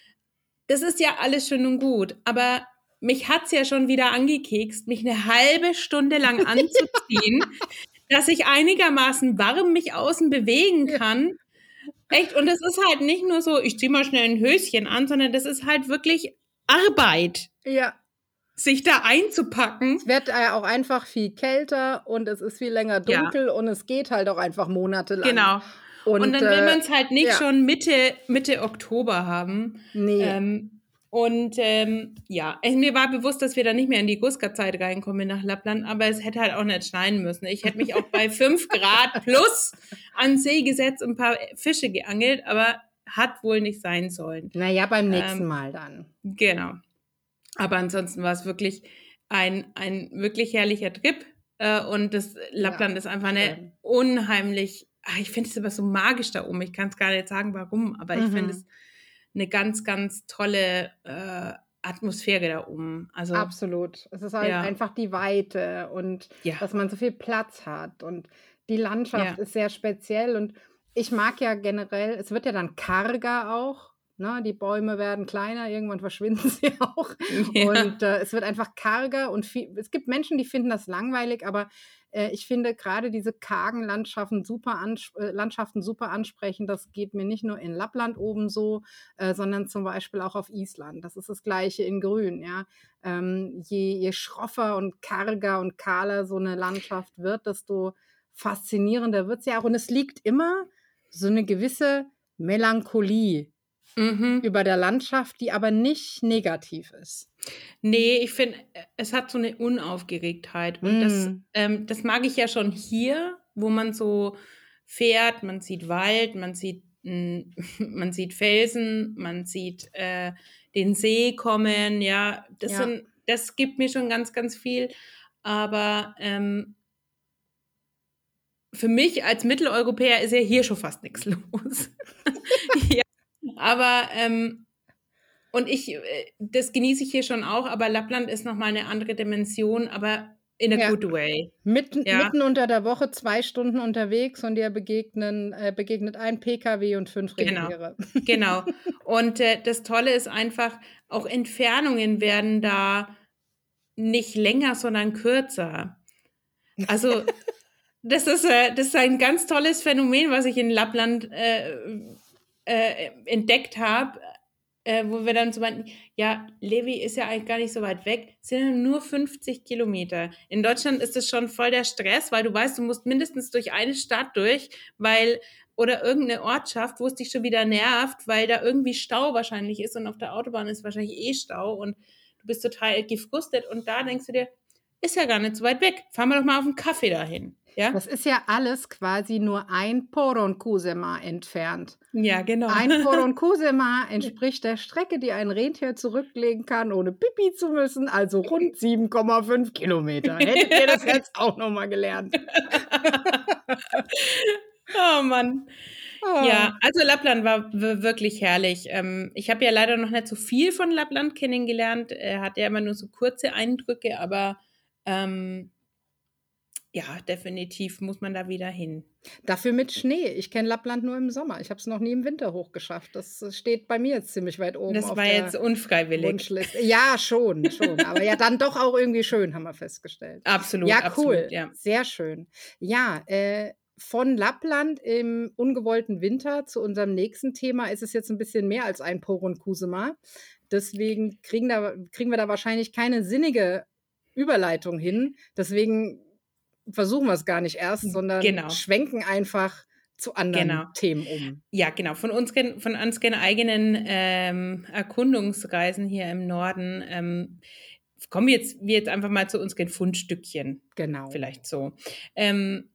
Das ist ja alles schön und gut, aber mich hat es ja schon wieder angekekst, mich eine halbe Stunde lang anzuziehen, dass ich einigermaßen warm mich außen bewegen kann. Echt, und das ist halt nicht nur so, ich ziehe mal schnell ein Höschen an, sondern das ist halt wirklich Arbeit. Ja. Sich da einzupacken. Es wird äh, auch einfach viel kälter und es ist viel länger dunkel ja. Und es geht halt auch einfach monatelang. Genau. Und, und dann will man es halt nicht ja. schon Mitte, Mitte Oktober haben. Nee. Ähm, und ähm, ja, also mir war bewusst, dass wir da nicht mehr in die Guska-Zeit reinkommen nach Lappland, aber es hätte halt auch nicht schneien müssen. Ich hätte mich auch bei fünf Grad plus an den See gesetzt und ein paar Fische geangelt, aber hat wohl nicht sein sollen. Naja, beim nächsten ähm, Mal dann. Genau. Aber ansonsten war es wirklich ein, ein wirklich herrlicher Trip. Äh, und das Lappland ja, ist einfach eine schön. unheimlich, ach, ich finde es aber so magisch da oben. Ich kann es gar nicht sagen, warum, aber mhm. ich finde es eine ganz, ganz tolle äh, Atmosphäre da oben. Also, absolut. Es ist halt ja. einfach die Weite und ja. dass man so viel Platz hat. Und die Landschaft ja. ist sehr speziell. Und ich mag ja generell, es wird ja dann karger auch. Ne, die Bäume werden kleiner, irgendwann verschwinden sie auch. Ja. Und äh, es wird einfach karger. Und viel, es gibt Menschen, die finden das langweilig, aber äh, ich finde gerade diese kargen Landschaften super, ans- äh, Landschaften super ansprechend. Das geht mir nicht nur in Lappland oben so, äh, sondern zum Beispiel auch auf Island. Das ist das Gleiche in Grün. Ja? Ähm, je, je schroffer und karger und kahler so eine Landschaft wird, desto faszinierender wird sie auch. Und es liegt immer so eine gewisse Melancholie Mhm. über der Landschaft, die aber nicht negativ ist. Nee, ich finde, es hat so eine Unaufgeregtheit. Und mm. das, ähm, das mag ich ja schon hier, wo man so fährt, man sieht Wald, man sieht, mh, man sieht Felsen, man sieht äh, den See kommen, ja. Das, ja. Sind, das gibt mir schon ganz, ganz viel. Aber ähm, für mich als Mitteleuropäer ist ja hier schon fast nichts los. Ja. Aber, ähm, und ich, das genieße ich hier schon auch, aber Lappland ist nochmal eine andere Dimension, aber in a ja. good way. Mitten, ja. mitten unter der Woche zwei Stunden unterwegs und dir begegnen, äh, begegnet ein P K W und fünf Rentiere. Genau, genau. Und äh, das Tolle ist einfach, auch Entfernungen werden da nicht länger, sondern kürzer. Also, das ist, äh, das ist ein ganz tolles Phänomen, was ich in Lappland äh, Äh, entdeckt habe, äh, wo wir dann so meinten, ja, Levi ist ja eigentlich gar nicht so weit weg, sind nur fünfzig Kilometer. In Deutschland ist es schon voll der Stress, weil du weißt, du musst mindestens durch eine Stadt durch, weil, oder irgendeine Ortschaft, wo es dich schon wieder nervt, weil da irgendwie Stau wahrscheinlich ist und auf der Autobahn ist wahrscheinlich eh Stau und du bist total gefrustet und da denkst du dir, ist ja gar nicht so weit weg, fahren wir doch mal auf einen Kaffee dahin. Ja, Das ist ja alles quasi nur ein Poron-Kusema entfernt. ja genau. Ein Poron-Kusema entspricht der Strecke, die ein Rentier zurücklegen kann, ohne Pipi zu müssen, also rund sieben Komma fünf Kilometer. Hättet ihr das jetzt auch nochmal gelernt? Oh Mann. Oh. Ja, also Lappland war w- wirklich herrlich. Ähm, ich habe ja leider noch nicht so viel von Lappland kennengelernt. Er hatte ja immer nur so kurze Eindrücke, aber ähm, ja, definitiv muss man da wieder hin. Dafür mit Schnee. Ich kenne Lappland nur im Sommer. Ich habe es noch nie im Winter hochgeschafft. Das äh, steht bei mir jetzt ziemlich weit oben Das auf war der jetzt unfreiwillig. Wunschliste. Ja, schon, schon. Aber ja, dann doch auch irgendwie schön, haben wir festgestellt. Absolut, Ja, absolut, cool. ja. Sehr schön. Ja, äh, von Lappland im ungewollten Winter zu unserem nächsten Thema ist es jetzt ein bisschen mehr als ein Poron Kusema. Deswegen kriegen, da, kriegen wir da wahrscheinlich keine sinnige Überleitung hin. Deswegen versuchen wir es gar nicht erst, sondern Genau. schwenken einfach zu anderen Genau. Themen um. Ja, genau. Von unseren, von unseren eigenen ähm, Erkundungsreisen hier im Norden ähm, kommen wir jetzt, wir jetzt einfach mal zu unseren Fundstückchen. Genau. Vielleicht so. Ähm,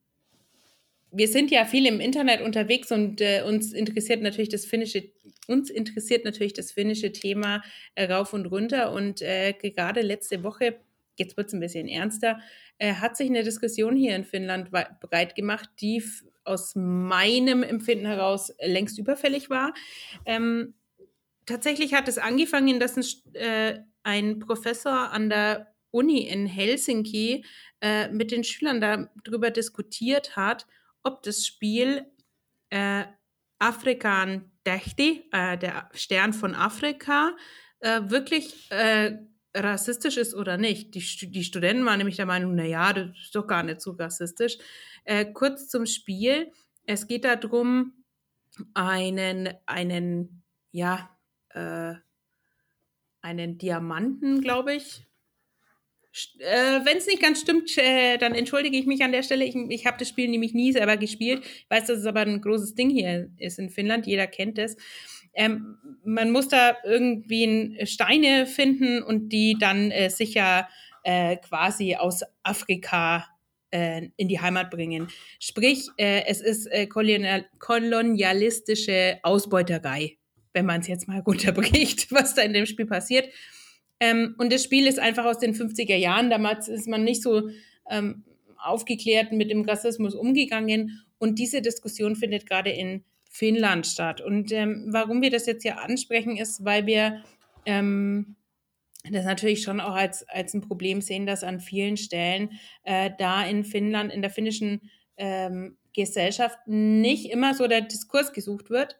wir sind ja viel im Internet unterwegs und äh, uns interessiert natürlich das finnische, uns interessiert natürlich das finnische Thema äh, rauf und runter. Und äh, gerade letzte Woche, jetzt wird es ein bisschen ernster, äh, hat sich eine Diskussion hier in Finnland wei- breit gemacht, die f- aus meinem Empfinden heraus längst überfällig war. Ähm, tatsächlich hat es angefangen, dass ein, St- äh, ein Professor an der Uni in Helsinki äh, mit den Schülern darüber diskutiert hat, ob das Spiel äh, Afrikan Tähti, äh, der Stern von Afrika, äh, wirklich äh, rassistisch ist oder nicht. Die, Stu- die Studenten waren nämlich der Meinung, naja, das ist doch gar nicht so rassistisch. Äh, kurz zum Spiel. Es geht darum, einen, einen, ja, äh, einen Diamanten, glaube ich. St- Äh, Wenn es nicht ganz stimmt, äh, dann entschuldige ich mich an der Stelle. Ich, ich habe das Spiel nämlich nie selber gespielt. Ich weiß, dass es aber ein großes Ding hier ist in Finnland. Jeder kennt es. Ähm, man muss da irgendwie n- Steine finden und die dann äh, sicher äh, quasi aus Afrika äh, in die Heimat bringen. Sprich, äh, es ist äh, kolonial kolonialistische Ausbeuterei, wenn man es jetzt mal runterbricht, was da in dem Spiel passiert. Ähm, und das Spiel ist einfach aus den fünfziger Jahren. Damals ist man nicht so ähm, aufgeklärt mit dem Rassismus umgegangen. Und diese Diskussion findet gerade in Finnland statt. Und ähm, warum wir das jetzt hier ansprechen, ist, weil wir ähm, das natürlich schon auch als, als ein Problem sehen, dass an vielen Stellen äh, da in Finnland, in der finnischen ähm, Gesellschaft nicht immer so der Diskurs gesucht wird.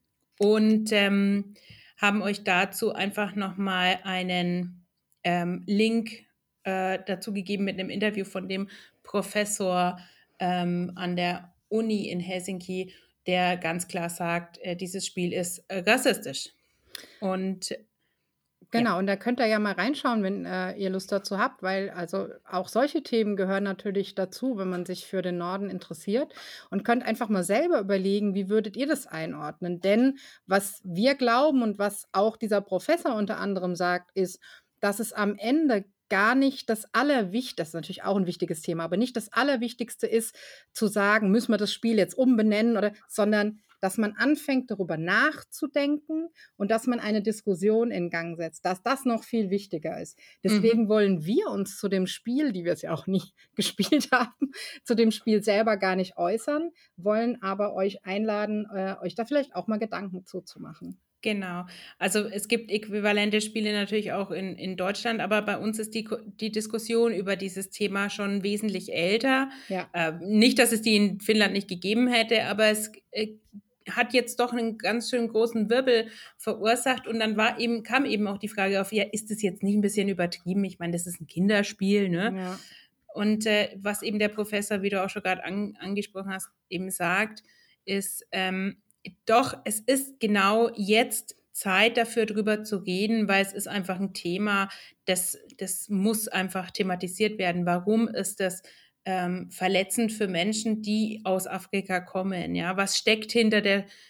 Und ähm, haben euch dazu einfach nochmal einen ähm, Link äh, dazu gegeben mit einem Interview von dem Professor ähm, an der Uni in Helsinki, der ganz klar sagt, äh, dieses Spiel ist äh, rassistisch. Und Genau, und da könnt ihr ja mal reinschauen, wenn äh, ihr Lust dazu habt, weil also auch solche Themen gehören natürlich dazu, wenn man sich für den Norden interessiert und könnt einfach mal selber überlegen, wie würdet ihr das einordnen? Denn was wir glauben und was auch dieser Professor unter anderem sagt, ist, dass es am Ende gar nicht das Allerwichtigste, das ist natürlich auch ein wichtiges Thema, aber nicht das Allerwichtigste ist, zu sagen, müssen wir das Spiel jetzt umbenennen oder, sondern dass man anfängt, darüber nachzudenken und dass man eine Diskussion in Gang setzt, dass das noch viel wichtiger ist. Deswegen Mhm. wollen wir uns zu dem Spiel, die wir es ja auch nie gespielt haben, zu dem Spiel selber gar nicht äußern, wollen aber euch einladen, äh, euch da vielleicht auch mal Gedanken zuzumachen. Genau. Also es gibt äquivalente Spiele natürlich auch in, in Deutschland, aber bei uns ist die, Ko- die Diskussion über dieses Thema schon wesentlich älter. Ja. Äh, nicht, dass es die in Finnland nicht gegeben hätte, aber es äh, hat jetzt doch einen ganz schön großen Wirbel verursacht und dann war eben, kam eben auch die Frage auf, ja, ist das jetzt nicht ein bisschen übertrieben? Ich meine, das ist ein Kinderspiel, ne? Ja. Und äh, was eben der Professor, wie du auch schon gerade an, angesprochen hast, eben sagt, ist, ähm, doch, es ist genau jetzt Zeit dafür, drüber zu reden, weil es ist einfach ein Thema, das, das muss einfach thematisiert werden. Warum ist das ähm, verletzend für Menschen, die aus Afrika kommen? Ja, was steckt hinter der,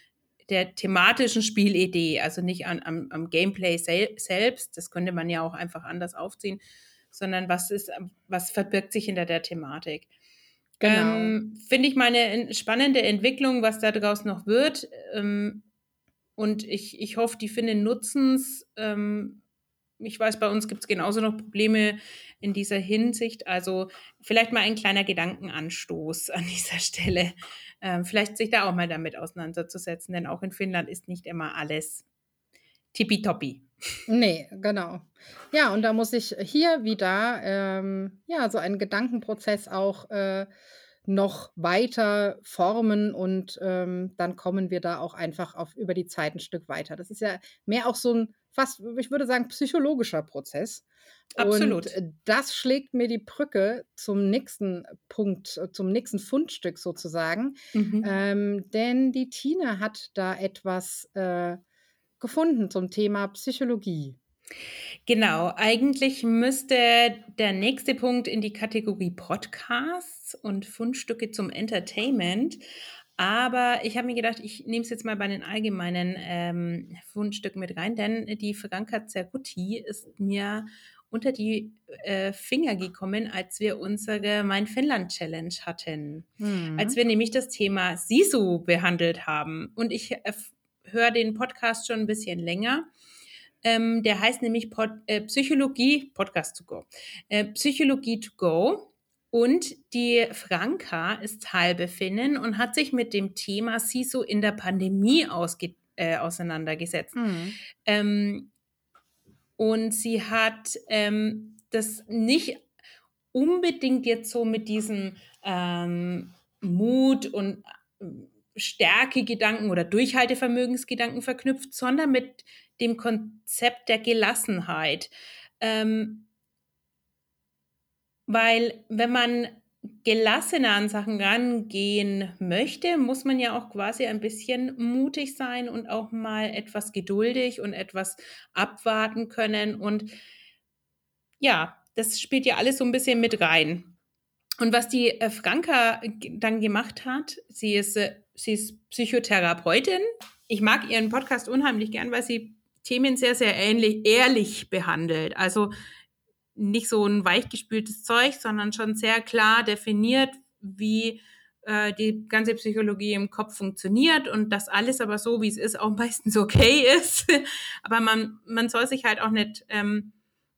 der thematischen Spielidee, also nicht an, am, am Gameplay sel- selbst, das könnte man ja auch einfach anders aufziehen, sondern was ist, was verbirgt sich hinter der Thematik. Genau. Ähm, finde ich mal eine spannende Entwicklung, was da draus noch wird. Ähm, und ich, ich hoffe, die finden Nutzens. Ähm, ich weiß, bei uns gibt es genauso noch Probleme in dieser Hinsicht. Also vielleicht mal ein kleiner Gedankenanstoß an dieser Stelle. Ähm, vielleicht sich da auch mal damit auseinanderzusetzen, denn auch in Finnland ist nicht immer alles tippitoppi. Nee, genau. Ja, und da muss ich hier wie da, ähm, ja, so einen Gedankenprozess auch äh, noch weiter formen und ähm, dann kommen wir da auch einfach auf über die Zeit ein Stück weiter. Das ist ja mehr auch so ein fast, ich würde sagen, psychologischer Prozess. Und Absolut. äh, das schlägt mir die Brücke zum nächsten Punkt, äh, zum nächsten Fundstück sozusagen. Mhm. Ähm, denn die Tine hat da etwas äh, gefunden zum Thema Psychologie. Genau, eigentlich müsste der nächste Punkt in die Kategorie Podcasts und Fundstücke zum Entertainment. Aber ich habe mir gedacht, ich nehme es jetzt mal bei den allgemeinen ähm, Fundstücken mit rein, denn die Franka Zergutti ist mir unter die äh, Finger gekommen, als wir unsere Mein Finnland Challenge hatten. Mhm. Als wir nämlich das Thema Sisu behandelt haben. Und ich äh, höre den Podcast schon ein bisschen länger. Ähm, der heißt nämlich Pod, äh, Psychologie, Podcast to go, äh, Psychologie to go. Und die Franka ist halbe Finnin und hat sich mit dem Thema Sisu in der Pandemie ausge, äh, auseinandergesetzt. Mhm. Ähm, und sie hat ähm, das nicht unbedingt jetzt so mit diesem ähm, Mut und Stärkegedanken oder Durchhaltevermögensgedanken verknüpft, sondern mit dem Konzept der Gelassenheit. Ähm, weil wenn man gelassener an Sachen rangehen möchte, muss man ja auch quasi ein bisschen mutig sein und auch mal etwas geduldig und etwas abwarten können. Und ja, das spielt ja alles so ein bisschen mit rein. Und was die äh, Franka g- dann gemacht hat, sie ist, äh, sie ist Psychotherapeutin. Ich mag ihren Podcast unheimlich gern, weil sie Themen sehr, sehr ähnlich, ehrlich behandelt. Also nicht so ein weichgespültes Zeug, sondern schon sehr klar definiert, wie äh, die ganze Psychologie im Kopf funktioniert und dass alles aber so, wie es ist, auch meistens okay ist. Aber man, man soll sich halt auch nicht... Ähm,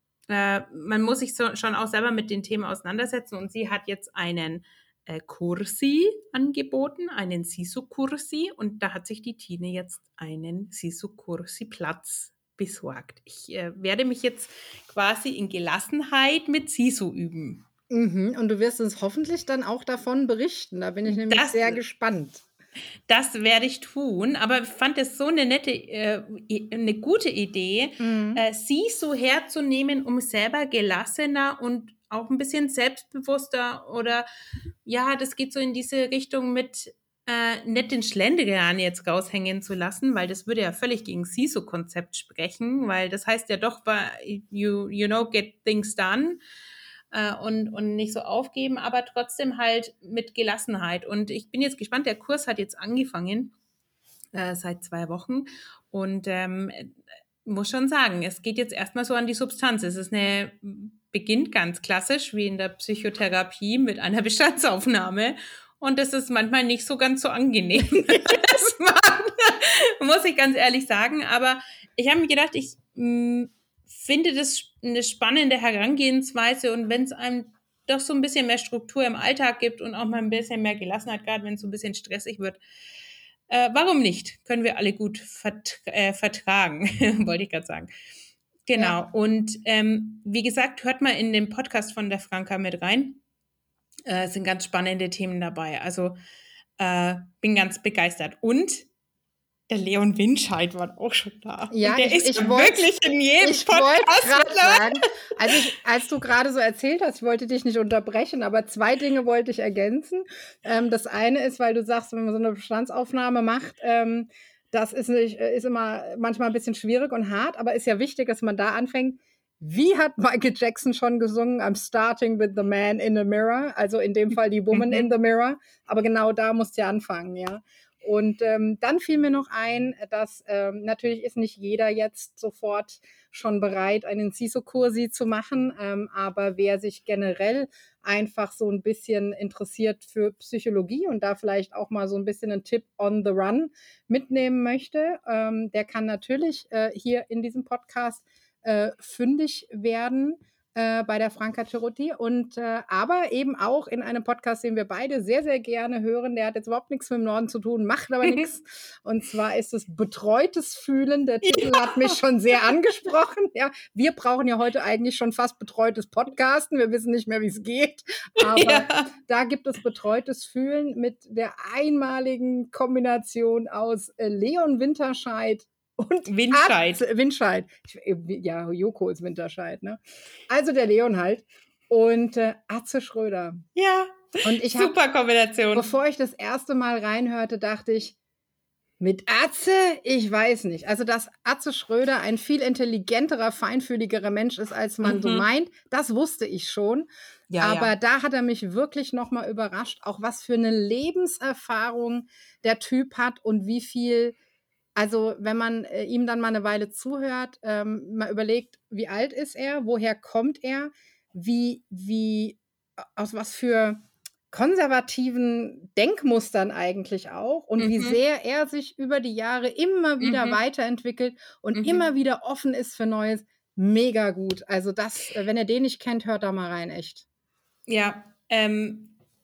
äh, man muss sich so, schon auch selber mit den Themen auseinandersetzen und sie hat jetzt einen äh, Kursi angeboten, einen Sisu-Kursi und da hat sich die Tine jetzt einen Sisu-Kursi-Platz besorgt. Ich äh, werde mich jetzt quasi in Gelassenheit mit Sisu üben. Mhm. Und du wirst uns hoffentlich dann auch davon berichten. Da bin ich nämlich Das, sehr gespannt. das werde ich tun, aber ich fand es so eine nette, äh, eine gute Idee, Mhm. äh, Sisu herzunehmen, um selber gelassener und auch ein bisschen selbstbewusster oder ja, das geht so in diese Richtung mit äh, nicht den Schlendrian jetzt raushängen zu lassen, weil das würde ja völlig gegen Sisu-Konzept sprechen, weil das heißt ja doch, you, you know, get things done. Äh, und, und nicht so aufgeben, aber trotzdem halt mit Gelassenheit. Und ich bin jetzt gespannt, der Kurs hat jetzt angefangen, äh, seit zwei Wochen. Und ähm, muss schon sagen, es geht jetzt erstmal so an die Substanz. Es ist eine, beginnt ganz klassisch, wie in der Psychotherapie, mit einer Bestandsaufnahme. Und das ist manchmal nicht so ganz so angenehm. Das macht, muss ich ganz ehrlich sagen. Aber ich habe mir gedacht, ich mh, finde das eine spannende Herangehensweise und wenn es einem doch so ein bisschen mehr Struktur im Alltag gibt und auch mal ein bisschen mehr Gelassenheit, gerade wenn es so ein bisschen stressig wird, äh, warum nicht? Können wir alle gut vert äh, vertragen, wollte ich gerade sagen. Genau. Ja. Und ähm, wie gesagt, hört mal in den Podcast von der Franka mit rein. Äh, es sind ganz spannende Themen dabei. Also äh, bin ganz begeistert. Und der Leon Winscheid war auch schon da. Ja, und der ich, ist ich wirklich in jedem ich wollte Podcast gerade dabei. sagen, also ich, als du gerade so erzählt hast, ich wollte dich nicht unterbrechen, aber zwei Dinge wollte ich ergänzen. Ähm, das eine ist, weil du sagst, wenn man so eine Bestandsaufnahme macht, ähm, das ist, nicht, ist immer manchmal ein bisschen schwierig und hart, aber ist ja wichtig, dass man da anfängt. Wie hat Michael Jackson schon gesungen? I'm starting with the man in the mirror. Also in dem Fall die Woman Mhm. in the mirror. Aber genau da musst du ja anfangen, ja. Und ähm, dann fiel mir noch ein, dass ähm, natürlich ist nicht jeder jetzt sofort schon bereit, einen C I S O-Kursi zu machen, ähm, aber wer sich generell einfach so ein bisschen interessiert für Psychologie und da vielleicht auch mal so ein bisschen einen Tipp on the run mitnehmen möchte, ähm, der kann natürlich äh, hier in diesem Podcast äh, fündig werden äh, bei der Franka Cerutti und äh, aber eben auch in einem Podcast, den wir beide sehr, sehr gerne hören. Der hat jetzt überhaupt nichts mit dem Norden zu tun, macht aber nichts. Und zwar ist es Betreutes Fühlen. Der Titel ja. hat mich schon sehr angesprochen. Ja, wir brauchen ja heute eigentlich schon fast betreutes Podcasten. Wir wissen nicht mehr, wie es geht. Aber ja. da gibt es Betreutes Fühlen mit der einmaligen Kombination aus äh, Leon Winterscheid und Winscheid. Atze, Winscheid. Ja, Joko ist Winterscheid, ne? Also der Leon halt. Und äh, Atze Schröder. Ja, und ich super hab, Kombination. Bevor ich das erste Mal reinhörte, dachte ich, mit Atze? Ich weiß nicht. Also, dass Atze Schröder ein viel intelligenterer, feinfühligerer Mensch ist, als man mhm. so meint, das wusste ich schon. Ja, Aber ja. da hat er mich wirklich nochmal überrascht, auch was für eine Lebenserfahrung der Typ hat und wie viel. Also wenn man äh, ihm dann mal eine Weile zuhört, ähm, mal überlegt, wie alt ist er, woher kommt er, wie, wie, aus was für konservativen Denkmustern eigentlich auch und mhm. wie sehr er sich über die Jahre immer wieder mhm. weiterentwickelt und mhm. immer wieder offen ist für Neues. Mega gut. Also das, wenn ihr den nicht kennt, hört da mal rein, echt. Ja, ähm,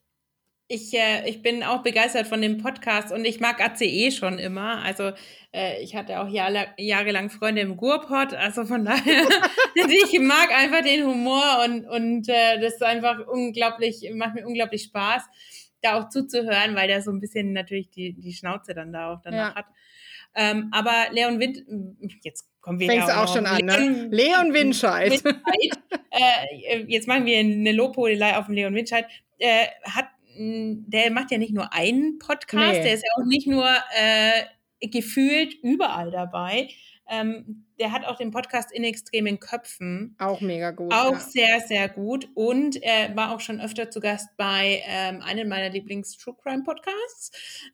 Ich, äh, ich bin auch begeistert von dem Podcast und ich mag A C E schon immer. Also äh, ich hatte auch jahr, jahrelang Freunde im Ruhrpott, also von daher, ich mag einfach den Humor und, und äh, das ist einfach unglaublich, macht mir unglaublich Spaß, da auch zuzuhören, weil der so ein bisschen natürlich die, die Schnauze dann da auch danach ja. hat. Ähm, aber Leon Wind, jetzt kommen wir Fängst ja auch, auch schon an, ne? Leon Winscheid. Winscheid äh, jetzt machen wir eine Lobhudelei auf den Leon Winscheid. Äh, hat Der macht ja nicht nur einen Podcast, nee. der ist ja auch nicht nur äh, gefühlt überall dabei. Ähm, der hat auch den Podcast In extremen Köpfen. Auch mega gut. Auch ja. sehr, sehr gut. Und er war auch schon öfter zu Gast bei ähm, einem meiner Lieblings-True-Crime-Podcasts,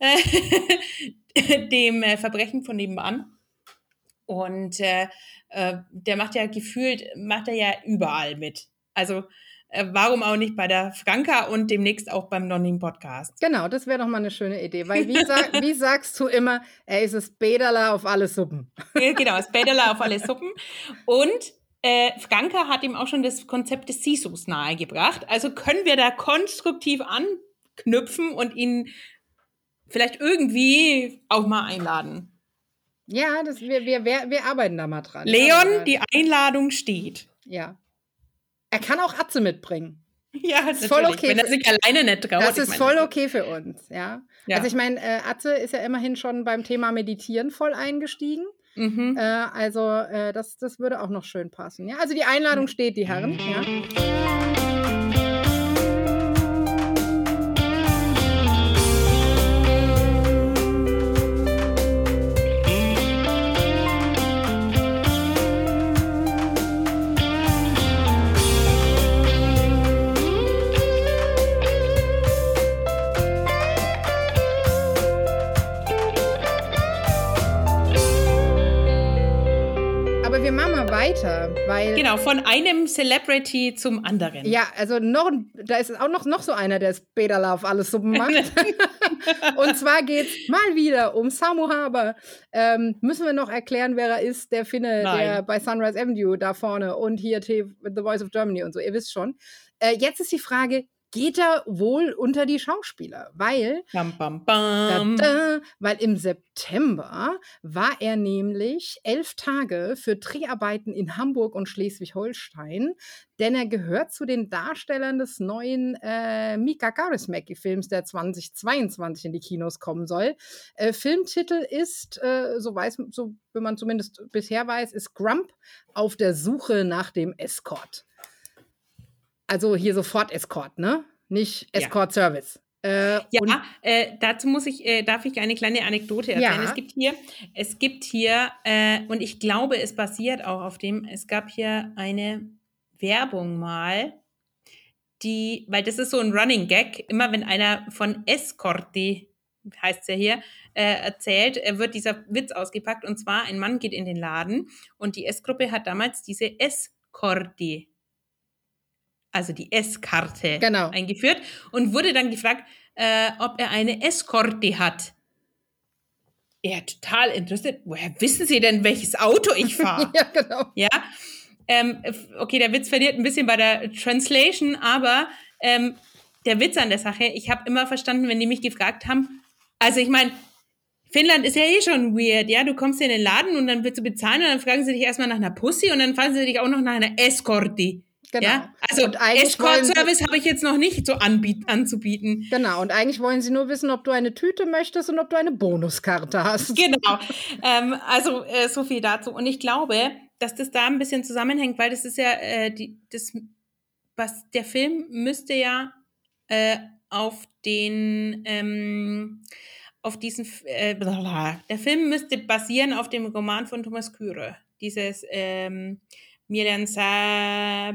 äh, dem äh, Verbrechen von nebenan. Und äh, äh, der macht ja gefühlt, macht er ja überall mit. Also warum auch nicht bei der Franka und demnächst auch beim Nonning-Podcast? Genau, das wäre doch mal eine schöne Idee, weil wie, sag, wie sagst du immer, er ist das Bäderler auf alle Suppen. Genau, das Bäderler auf alle Suppen. Und äh, Franka hat ihm auch schon das Konzept des S I S Os nahegebracht. Also können wir da konstruktiv anknüpfen und ihn vielleicht irgendwie auch mal einladen. Ja, das, wir, wir, wir, wir arbeiten da mal dran. Leon, ja, die Einladung steht. Ja. Er kann auch Atze mitbringen. Ja, das ist voll okay. Wenn er sich alleine nicht traut. Das ist meine, voll okay für uns, ja. ja. Also ich meine, äh, Atze ist ja immerhin schon beim Thema Meditieren voll eingestiegen. Mhm. Äh, also äh, das, das würde auch noch schön passen. Ja? Also die Einladung steht, die Herren. Ja. Weiter, weil genau, von einem Celebrity zum anderen. Ja, also noch, da ist auch noch, noch so einer, der das Bäderler auf alle Suppen macht. Und zwar geht es mal wieder um Samu Haber. Ähm, müssen wir noch erklären, wer er ist? Der Finne, Nein. der bei Sunrise Avenue da vorne und hier The Voice of Germany und so, ihr wisst schon. Äh, jetzt ist die Frage, geht er wohl unter die Schauspieler? Weil, bam, bam, bam. Da, da, weil im September war er nämlich elf Tage für Dreharbeiten in Hamburg und Schleswig-Holstein, denn er gehört zu den Darstellern des neuen äh, Mika Kaurismäki-Films, der zweitausendzweiundzwanzig in die Kinos kommen soll. Äh, Filmtitel ist, äh, so weiß, so wie man zumindest bisher weiß, ist Grump auf der Suche nach dem Escort. Also hier sofort Escort, ne? Nicht Escort-Service. Äh, ja, äh, dazu muss ich, äh, darf ich eine kleine Anekdote erzählen. Ja. Es gibt hier, es gibt hier, äh, und ich glaube, es basiert auch auf dem, es gab hier eine Werbung mal, die, weil das ist so ein Running Gag, immer wenn einer von Escorti heißt es ja hier, äh, erzählt, äh, wird dieser Witz ausgepackt. Und zwar, ein Mann geht in den Laden und die S-Gruppe hat damals diese S-Korte, also die S-Karte, Genau. eingeführt und wurde dann gefragt, äh, ob er eine Eskorte hat. Er total interessiert. Woher wissen Sie denn, welches Auto ich fahre? Ja, genau. Ja, ähm, okay, der Witz verliert ein bisschen bei der Translation, aber ähm, der Witz an der Sache, ich habe immer verstanden, wenn die mich gefragt haben, also ich meine, Finnland ist ja eh schon weird, ja, du kommst in den Laden und dann willst du bezahlen und dann fragen sie dich erstmal nach einer Pussy und dann fragen sie dich auch noch nach einer Escorti. Genau. Ja? Also Und eigentlich wollen sie- Escort-Service habe ich jetzt noch nicht so anbiet- anzubieten. Genau, und eigentlich wollen sie nur wissen, ob du eine Tüte möchtest und ob du eine Bonuskarte hast. Genau. ähm, also äh, so viel dazu. Und ich glaube, dass das da ein bisschen zusammenhängt, weil das ist ja, äh, die, das, was der Film müsste ja äh, auf den, ähm, auf diesen, äh, blablabla. Der Film müsste basieren auf dem Roman von Thomas Kühre. Dieses ähm, Miren Sa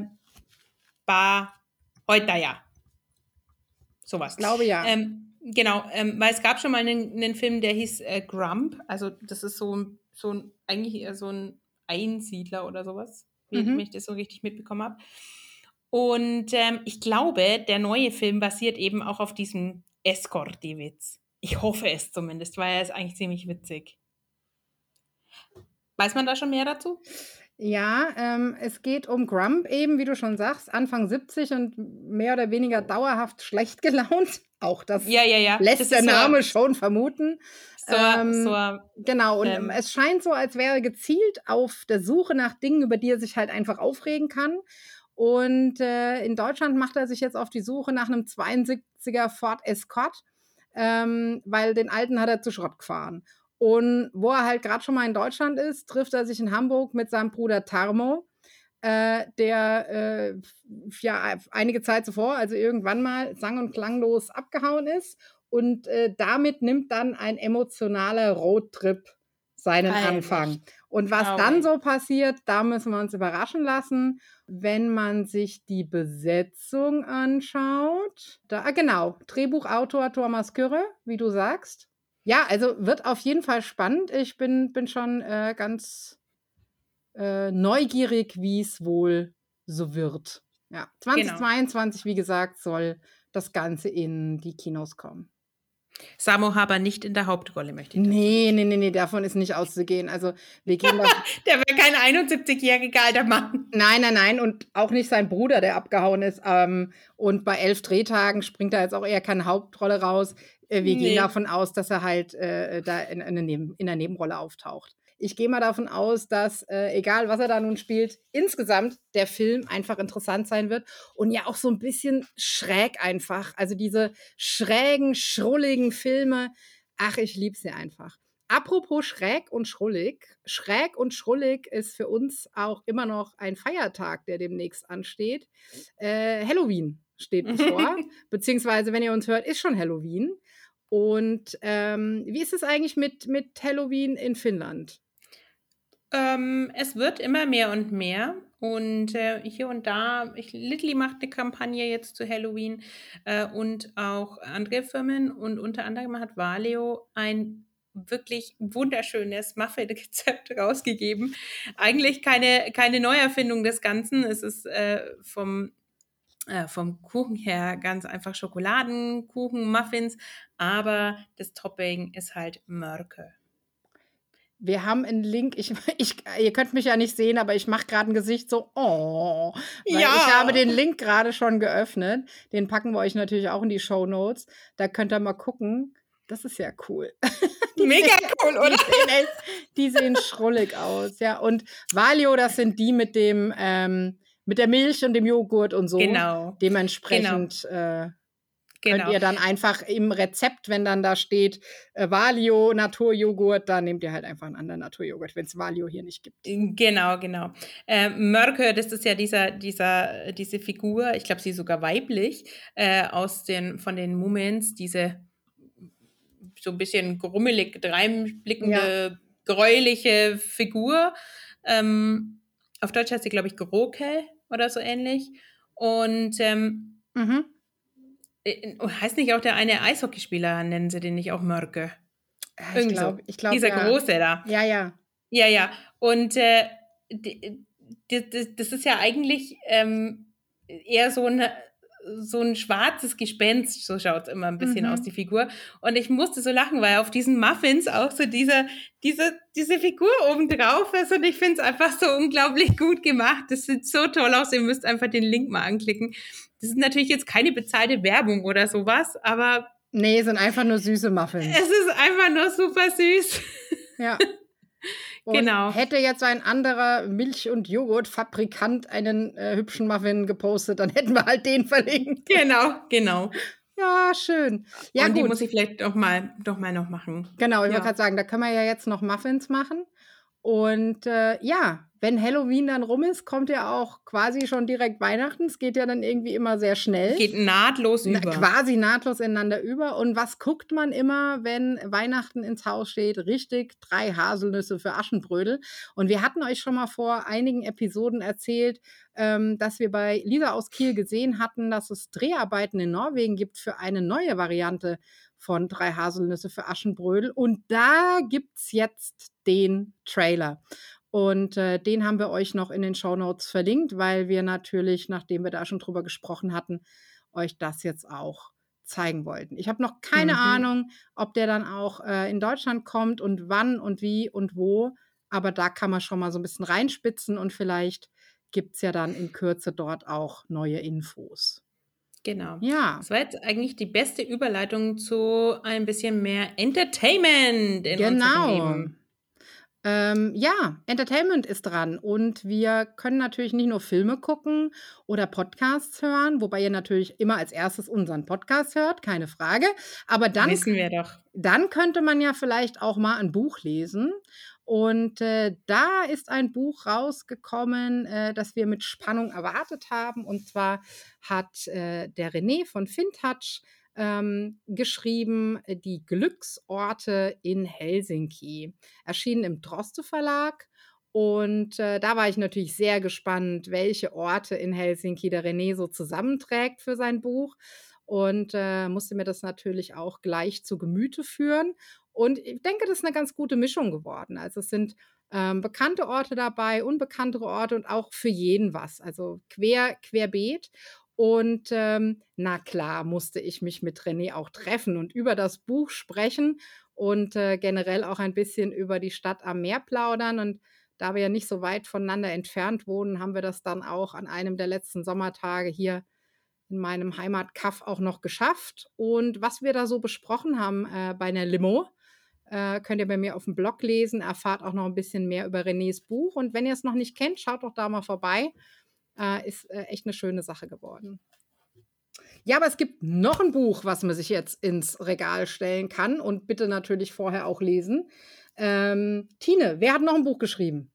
Ba Heutaya. Sowas. Ich glaube ja. Ähm, genau, ähm, weil es gab schon mal einen, einen Film, der hieß äh, Grump. Also das ist so, ein- so ein, eigentlich eher so ein Einsiedler oder sowas, wie Mhm. wenn ich das so richtig mitbekommen habe. Und ähm, ich glaube, der neue Film basiert eben auch auf diesem Escorti-Witz. Ich hoffe es zumindest, weil er ist eigentlich ziemlich witzig. Weiß man da schon mehr dazu? Ja, ähm, es geht um Grump eben, wie du schon sagst, Anfang siebzig und mehr oder weniger dauerhaft schlecht gelaunt. Auch das Ja, ja, ja. lässt Das der ist so- Name schon vermuten. So, Ähm, so, Genau, und ähm, es scheint so, als wäre er gezielt auf der Suche nach Dingen, über die er sich halt einfach aufregen kann. Und äh, in Deutschland macht er sich jetzt auf die Suche nach einem zweiundsiebziger Ford Escort, ähm, weil den alten hat er zu Schrott gefahren. Und wo er halt gerade schon mal in Deutschland ist, trifft er sich in Hamburg mit seinem Bruder Tarmo, äh, der äh, f- ja einige Zeit zuvor, also irgendwann mal sang- und klanglos abgehauen ist. Und äh, damit nimmt dann ein emotionaler Roadtrip seinen Alter. Anfang. Und was Oh, dann ey. so passiert, da müssen wir uns überraschen lassen, wenn man sich die Besetzung anschaut. Da, ah, genau, Drehbuchautor Thomas Kürre, wie du sagst. Ja, also wird auf jeden Fall spannend. Ich bin, bin schon äh, ganz äh, neugierig, wie es wohl so wird. Ja, zweitausendzweiundzwanzig, wie gesagt, soll das Ganze in die Kinos kommen. Samo Haber nicht in der Hauptrolle, möchte ich dazu. Nee, nee, nee, nee, davon ist nicht auszugehen. Also wir gehen da. Der wäre kein einundsiebzigjähriger alter Mann. Nein, nein, nein. Und auch nicht sein Bruder, der abgehauen ist. Ähm, und bei elf Drehtagen springt da jetzt auch eher keine Hauptrolle raus. Äh, wir Nee. gehen davon aus, dass er halt äh, da in, in, eine Neben, in einer Nebenrolle auftaucht. Ich gehe mal davon aus, dass, äh, egal was er da nun spielt, insgesamt der Film einfach interessant sein wird. Und ja auch so ein bisschen schräg einfach. Also diese schrägen, schrulligen Filme. Ach, ich liebe sie einfach. Apropos schräg und schrullig. Schräg und schrullig ist für uns auch immer noch ein Feiertag, der demnächst ansteht. Äh, Halloween steht bevor. Beziehungsweise, wenn ihr uns hört, ist schon Halloween. Und ähm, wie ist es eigentlich mit, mit Halloween in Finnland? Ähm, es wird immer mehr und mehr. Und äh, hier und da, ich, Lidl macht eine Kampagne jetzt zu Halloween äh, und auch andere Firmen. Und unter anderem hat Valeo ein wirklich wunderschönes Muffin-Rezept rausgegeben. Eigentlich keine, keine Neuerfindung des Ganzen. Es ist äh, vom, äh, vom Kuchen her ganz einfach Schokoladenkuchen, Muffins, aber das Topping ist halt Mörke. Wir haben einen Link, ich, ich, ihr könnt mich ja nicht sehen, aber ich mache gerade ein Gesicht so, oh, weil Ja. ich habe den Link gerade schon geöffnet. Den packen wir euch natürlich auch in die Shownotes. Da könnt ihr mal gucken. Das ist ja cool. Mega cool, Die oder? sehen, echt, die sehen schrullig aus, ja. Und Valio, das sind die mit dem, ähm, mit der Milch und dem Joghurt und so. Genau. Dementsprechend äh, könnt Genau. ihr dann einfach im Rezept, wenn dann da steht äh, Valio Naturjoghurt, dann nehmt ihr halt einfach einen anderen Naturjoghurt, wenn es Valio hier nicht gibt. Genau, genau. Äh, Mörke, das ist ja dieser, dieser, diese Figur, ich glaube, sie ist sogar weiblich, äh, aus den, von den Mumins, diese so ein bisschen grummelig dreinblickende, gräuliche Figur. Ähm, auf Deutsch heißt sie, glaube ich, Groke oder so ähnlich. Und ähm, Mhm. äh, heißt nicht auch der eine Eishockeyspieler, nennen sie den nicht auch Mörke? Ich Irgendwie so. glaube, ich glaube, Dieser ja. Große da. Ja, ja. Ja, ja. Und äh, die, die, die, das ist ja eigentlich ähm, eher so ein, so ein schwarzes Gespenst, so schaut es immer ein bisschen Mhm. aus, die Figur. Und ich musste so lachen, weil auf diesen Muffins auch so diese, diese, diese Figur oben drauf ist. Und ich finde es einfach so unglaublich gut gemacht. Das sieht so toll aus. Ihr müsst einfach den Link mal anklicken. Das ist natürlich jetzt keine bezahlte Werbung oder sowas, aber Nee, sind einfach nur süße Muffins. es ist einfach nur super süß. Ja. Und Genau. hätte jetzt ein anderer Milch- und Joghurtfabrikant einen äh, hübschen Muffin gepostet, dann hätten wir halt den verlinkt. Genau, genau. Ja, schön. Ja, Und die gut. muss ich vielleicht doch mal, doch mal noch machen. Genau, ich Ja. wollte gerade sagen, da können wir ja jetzt noch Muffins machen. Und äh, ja, wenn Halloween dann rum ist, kommt ja auch quasi schon direkt Weihnachten. Es geht ja dann irgendwie immer sehr schnell. Geht nahtlos Na, über. quasi nahtlos ineinander über. Und was guckt man immer, wenn Weihnachten ins Haus steht? Richtig, drei Haselnüsse für Aschenbrödel. Und wir hatten euch schon mal vor einigen Episoden erzählt, ähm, dass wir bei Lisa aus Kiel gesehen hatten, dass es Dreharbeiten in Norwegen gibt für eine neue Variante von drei Haselnüsse für Aschenbrödel. Und da gibt es jetzt den Trailer. Und äh, den haben wir euch noch in den Shownotes verlinkt, weil wir natürlich, nachdem wir da schon drüber gesprochen hatten, euch das jetzt auch zeigen wollten. Ich habe noch keine Mhm. Ahnung, ob der dann auch äh, in Deutschland kommt und wann und wie und wo. Aber da kann man schon mal so ein bisschen reinspitzen und vielleicht gibt es ja dann in Kürze dort auch neue Infos. Genau. Ja, Das war jetzt eigentlich die beste Überleitung zu ein bisschen mehr Entertainment in unserem genau. Leben. Ähm, ja, Entertainment ist dran und wir können natürlich nicht nur Filme gucken oder Podcasts hören, wobei ihr natürlich immer als erstes unseren Podcast hört, keine Frage. Aber dann, Wissen wir doch. dann könnte man ja vielleicht auch mal ein Buch lesen. Und äh, da ist ein Buch rausgekommen, äh, das wir mit Spannung erwartet haben. Und zwar hat äh, der René von Fintouch ähm, geschrieben, äh, die Glücksorte in Helsinki. Erschienen im Droste Verlag. Und äh, da war ich natürlich sehr gespannt, welche Orte in Helsinki der René so zusammenträgt für sein Buch. Und äh, musste mir das natürlich auch gleich zu Gemüte führen. Und ich denke, das ist eine ganz gute Mischung geworden. Also es sind ähm, bekannte Orte dabei, unbekanntere Orte und auch für jeden was. Also quer, querbeet. Und ähm, na klar, musste ich mich mit René auch treffen und über das Buch sprechen und äh, generell auch ein bisschen über die Stadt am Meer plaudern. Und da wir ja nicht so weit voneinander entfernt wohnen, haben wir das dann auch an einem der letzten Sommertage hier in meinem Heimatkaff auch noch geschafft. Und was wir da so besprochen haben äh, bei einer Limo, äh, könnt ihr bei mir auf dem Blog lesen, erfahrt auch noch ein bisschen mehr über Renés Buch. Und wenn ihr es noch nicht kennt, schaut doch da mal vorbei. Äh, ist äh, echt eine schöne Sache geworden. Ja, aber es gibt noch ein Buch, was man sich jetzt ins Regal stellen kann und bitte natürlich vorher auch lesen. Ähm, Tine, wer hat noch ein Buch geschrieben?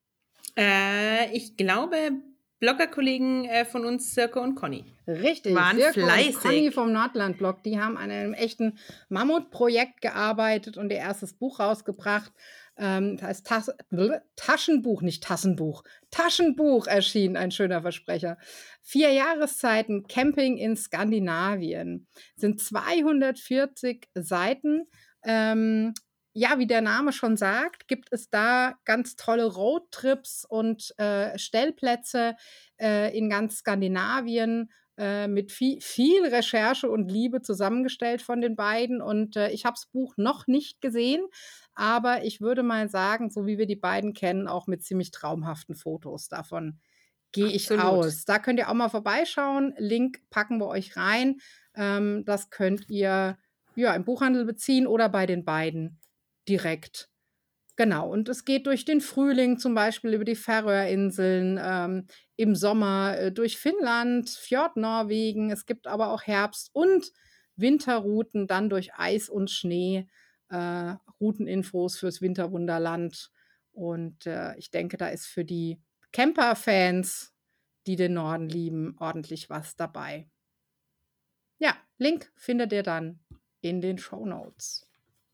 Äh, ich glaube, Bloggerkollegen äh, von uns, Sirke und Conny. Richtig, Waren Sirke und fleißig. Conny vom Nordland-Blog, die haben an einem echten Mammutprojekt gearbeitet und ihr erstes Buch rausgebracht. Ähm, das heißt Tas Taschenbuch, nicht Tassenbuch. Taschenbuch erschien, ein schöner Versprecher. Vier Jahreszeiten Camping in Skandinavien. Sind zweihundertvierzig Seiten. Ähm, ja, wie der Name schon sagt, gibt es da ganz tolle Roadtrips und äh, Stellplätze äh, in ganz Skandinavien äh, mit viel, viel Recherche und Liebe zusammengestellt von den beiden. Und äh, ich habe das Buch noch nicht gesehen, aber ich würde mal sagen, so wie wir die beiden kennen, auch mit ziemlich traumhaften Fotos. Davon gehe ich Absolut. aus. Da könnt ihr auch mal vorbeischauen. Link packen wir euch rein. Ähm, das könnt ihr ja im Buchhandel beziehen oder bei den beiden direkt. Genau, und es geht durch den Frühling zum Beispiel über die Färöerinseln, ähm, im Sommer äh, durch Finnland, Fjordnorwegen. Es gibt aber auch Herbst- und Winterrouten, dann durch Eis und Schnee, äh, Routeninfos fürs Winterwunderland. Und äh, ich denke, da ist für die Camper-Fans, die den Norden lieben, ordentlich was dabei. Ja, Link findet ihr dann in den Shownotes.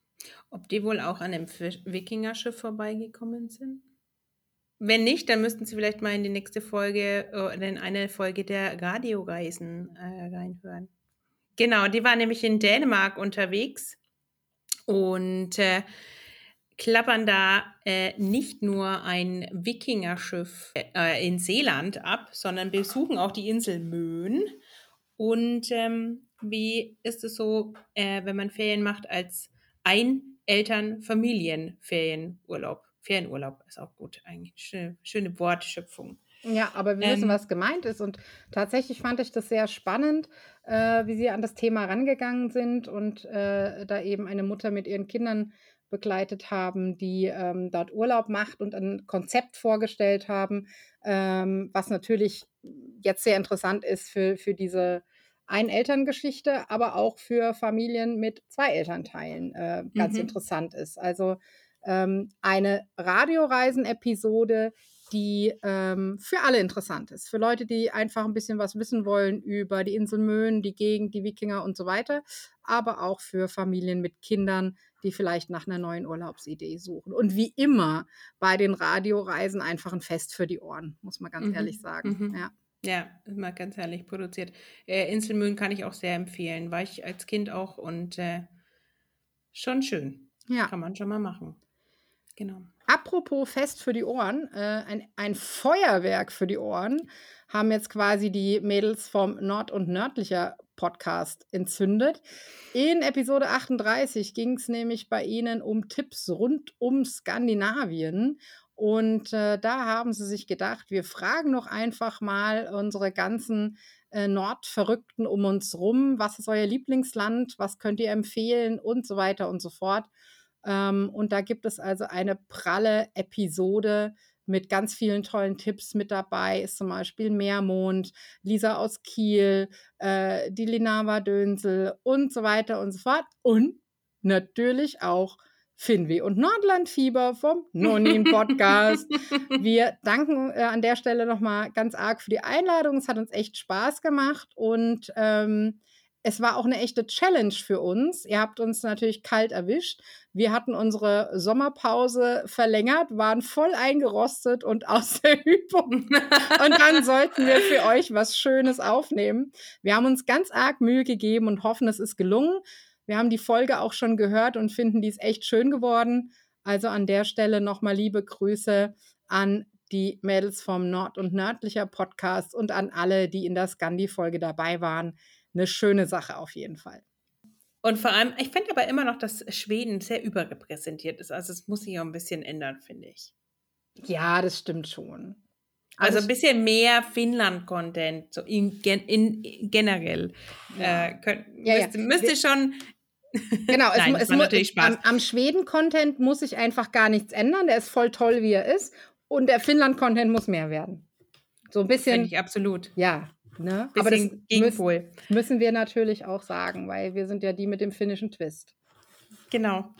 Ob die wohl auch an einem Fisch- Wikingerschiff vorbeigekommen sind? Wenn nicht, dann müssten sie vielleicht mal in die nächste Folge oder in eine Folge der Radio-Reisen äh, reinhören. Genau, die war nämlich in Dänemark unterwegs und äh, klappern da äh, nicht nur ein Wikingerschiff äh, in Seeland ab, sondern besuchen auch die Insel Möen. Und ähm, wie ist es so, äh, wenn man Ferien macht als Ein-Eltern-Familien-Ferienurlaub? Ferienurlaub ist auch gut, eigentlich schöne, schöne Wortschöpfung. Ja, aber wir wissen, Ähm, was gemeint ist. Und tatsächlich fand ich das sehr spannend, äh, wie sie an das Thema rangegangen sind und äh, da eben eine Mutter mit ihren Kindern begleitet haben, die ähm, dort Urlaub macht und ein Konzept vorgestellt haben, ähm, was natürlich jetzt sehr interessant ist für, für diese Ein-Eltern-Geschichte, aber auch für Familien mit zwei Elternteilen äh, ganz mhm. interessant ist. Also ähm, eine Radioreisen-Episode, die ähm, für alle interessant ist. Für Leute, die einfach ein bisschen was wissen wollen über die Insel Möen, die Gegend, die Wikinger und so weiter, aber auch für Familien mit Kindern, die vielleicht nach einer neuen Urlaubsidee suchen. Und wie immer bei den Radioreisen einfach ein Fest für die Ohren, muss man ganz Mhm. ehrlich sagen. Mhm. Ja. Ja, mal ganz herrlich produziert. Äh, Insel Möen kann ich auch sehr empfehlen. War ich als Kind auch und äh, schon schön. Ja. Kann man schon mal machen. Genau. Apropos Fest für die Ohren, äh, ein, ein Feuerwerk für die Ohren haben jetzt quasi die Mädels vom Nord- und Nördlicher Podcast entzündet. In Episode achtunddreißig ging es nämlich bei ihnen um Tipps rund um Skandinavien. Und äh, da haben sie sich gedacht, wir fragen doch einfach mal unsere ganzen äh, Nordverrückten um uns rum, was ist euer Lieblingsland, was könnt ihr empfehlen und so weiter und so fort. Ähm, und da gibt es also eine pralle Episode mit ganz vielen tollen Tipps mit dabei. Ist zum Beispiel Meermond, Lisa aus Kiel, äh, die Linava Dönsel und so weiter und so fort. Und natürlich auch Finnweh und Nordlandfieber vom Nonin-Podcast. Wir danken äh, an der Stelle nochmal ganz arg für die Einladung. Es hat uns echt Spaß gemacht und ähm, es war auch eine echte Challenge für uns. Ihr habt uns natürlich kalt erwischt. Wir hatten unsere Sommerpause verlängert, waren voll eingerostet und aus der Übung. Und dann sollten wir für euch was Schönes aufnehmen. Wir haben uns ganz arg Mühe gegeben und hoffen, es ist gelungen. Wir haben die Folge auch schon gehört und finden, die ist echt schön geworden. Also an der Stelle nochmal liebe Grüße an die Mädels vom Nord- und Nördlicher Podcast und an alle, die in der Scandi-Folge dabei waren. Eine schöne Sache auf jeden Fall. Und vor allem, ich finde aber immer noch, dass Schweden sehr überrepräsentiert ist. Also es muss sich auch ein bisschen ändern, finde ich. Ja, das stimmt schon. Also ein bisschen mehr Finnland-Content, so in, in, in generell. Ja. Äh, könnt, Ja, müsste, ja. müsste schon... Genau, Nein, es, es es macht mu- natürlich Spaß. am, am Schweden-Content muss sich einfach gar nichts ändern. Der ist voll toll, wie er ist. Und der Finnland-Content muss mehr werden. So ein bisschen. Finde ich absolut. Ja, ne? Bisschen Aber das müssen, Gegenpol. müssen wir natürlich auch sagen, weil wir sind ja die mit dem finnischen Twist. Genau.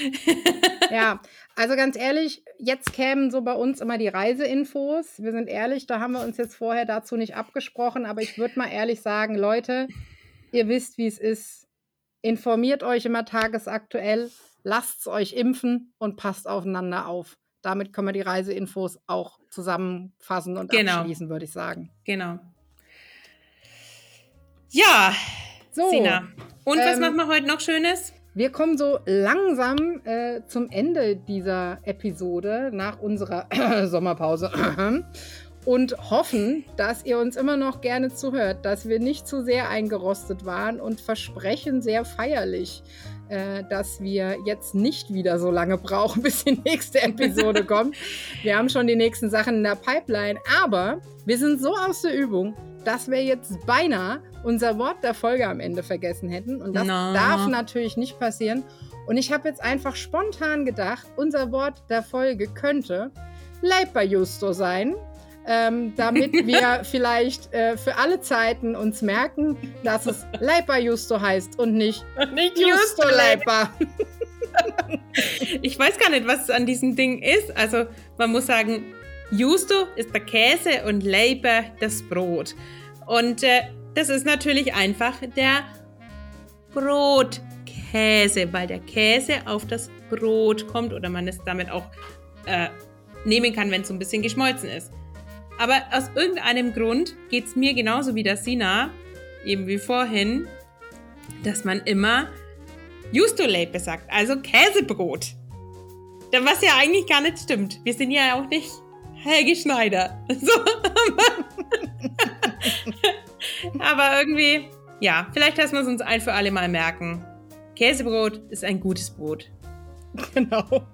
Ja, also ganz ehrlich, jetzt kämen so bei uns immer die Reiseinfos. Wir sind ehrlich, da haben wir uns jetzt vorher dazu nicht abgesprochen, aber ich würde mal ehrlich sagen, Leute, ihr wisst, wie es ist. Informiert euch immer tagesaktuell, lasst es euch impfen und passt aufeinander auf. Damit können wir die Reiseinfos auch zusammenfassen und Genau. abschließen, würde ich sagen. Genau. Ja, So, Sina. Und was ähm, machen wir heute noch Schönes? wir kommen so langsam äh, zum Ende dieser Episode nach unserer Sommerpause und hoffen, dass ihr uns immer noch gerne zuhört, dass wir nicht zu sehr eingerostet waren und versprechen sehr feierlich, äh, dass wir jetzt nicht wieder so lange brauchen, bis die nächste Episode kommt. Wir haben schon die nächsten Sachen in der Pipeline, aber wir sind so aus der Übung, dass wir jetzt beinahe unser Wort der Folge am Ende vergessen hätten. Und das No. darf natürlich nicht passieren. Und ich habe jetzt einfach spontan gedacht, unser Wort der Folge könnte Leiperjusto sein, ähm, damit wir vielleicht äh, für alle Zeiten uns merken, dass es Leiperjusto heißt und nicht Nicht Justo Leiper. Ich weiß gar nicht, was an diesem Ding ist. Also man muss sagen, Justo ist der Käse und Leiper das Brot. Und äh, das ist natürlich einfach der Brotkäse, weil der Käse auf das Brot kommt oder man es damit auch äh, nehmen kann, wenn es so ein bisschen geschmolzen ist. Aber aus irgendeinem Grund geht es mir genauso wie der Sina, eben wie vorhin, dass man immer Justoleipe sagt, also Käsebrot. Was ja eigentlich gar nicht stimmt. Wir sind ja auch nicht Helge Schneider. So. Aber irgendwie, ja, vielleicht lassen wir es uns ein für alle Mal merken. Käsebrot ist ein gutes Brot. Genau.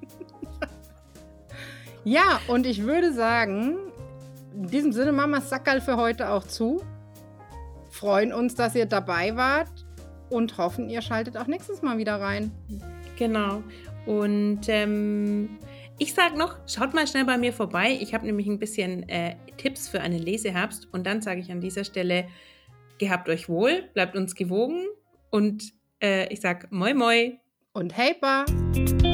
Ja, und ich würde sagen, in diesem Sinne machen wir das Sackerl für heute auch zu. Freuen uns, dass ihr dabei wart und hoffen, ihr schaltet auch nächstes Mal wieder rein. Genau. Und ähm, ich sage noch, schaut mal schnell bei mir vorbei. Ich habe nämlich ein bisschen äh, Tipps für einen Leseherbst. Und dann sage ich an dieser Stelle, gehabt euch wohl, bleibt uns gewogen. Und äh, ich sage moi moi. Und hey, ba.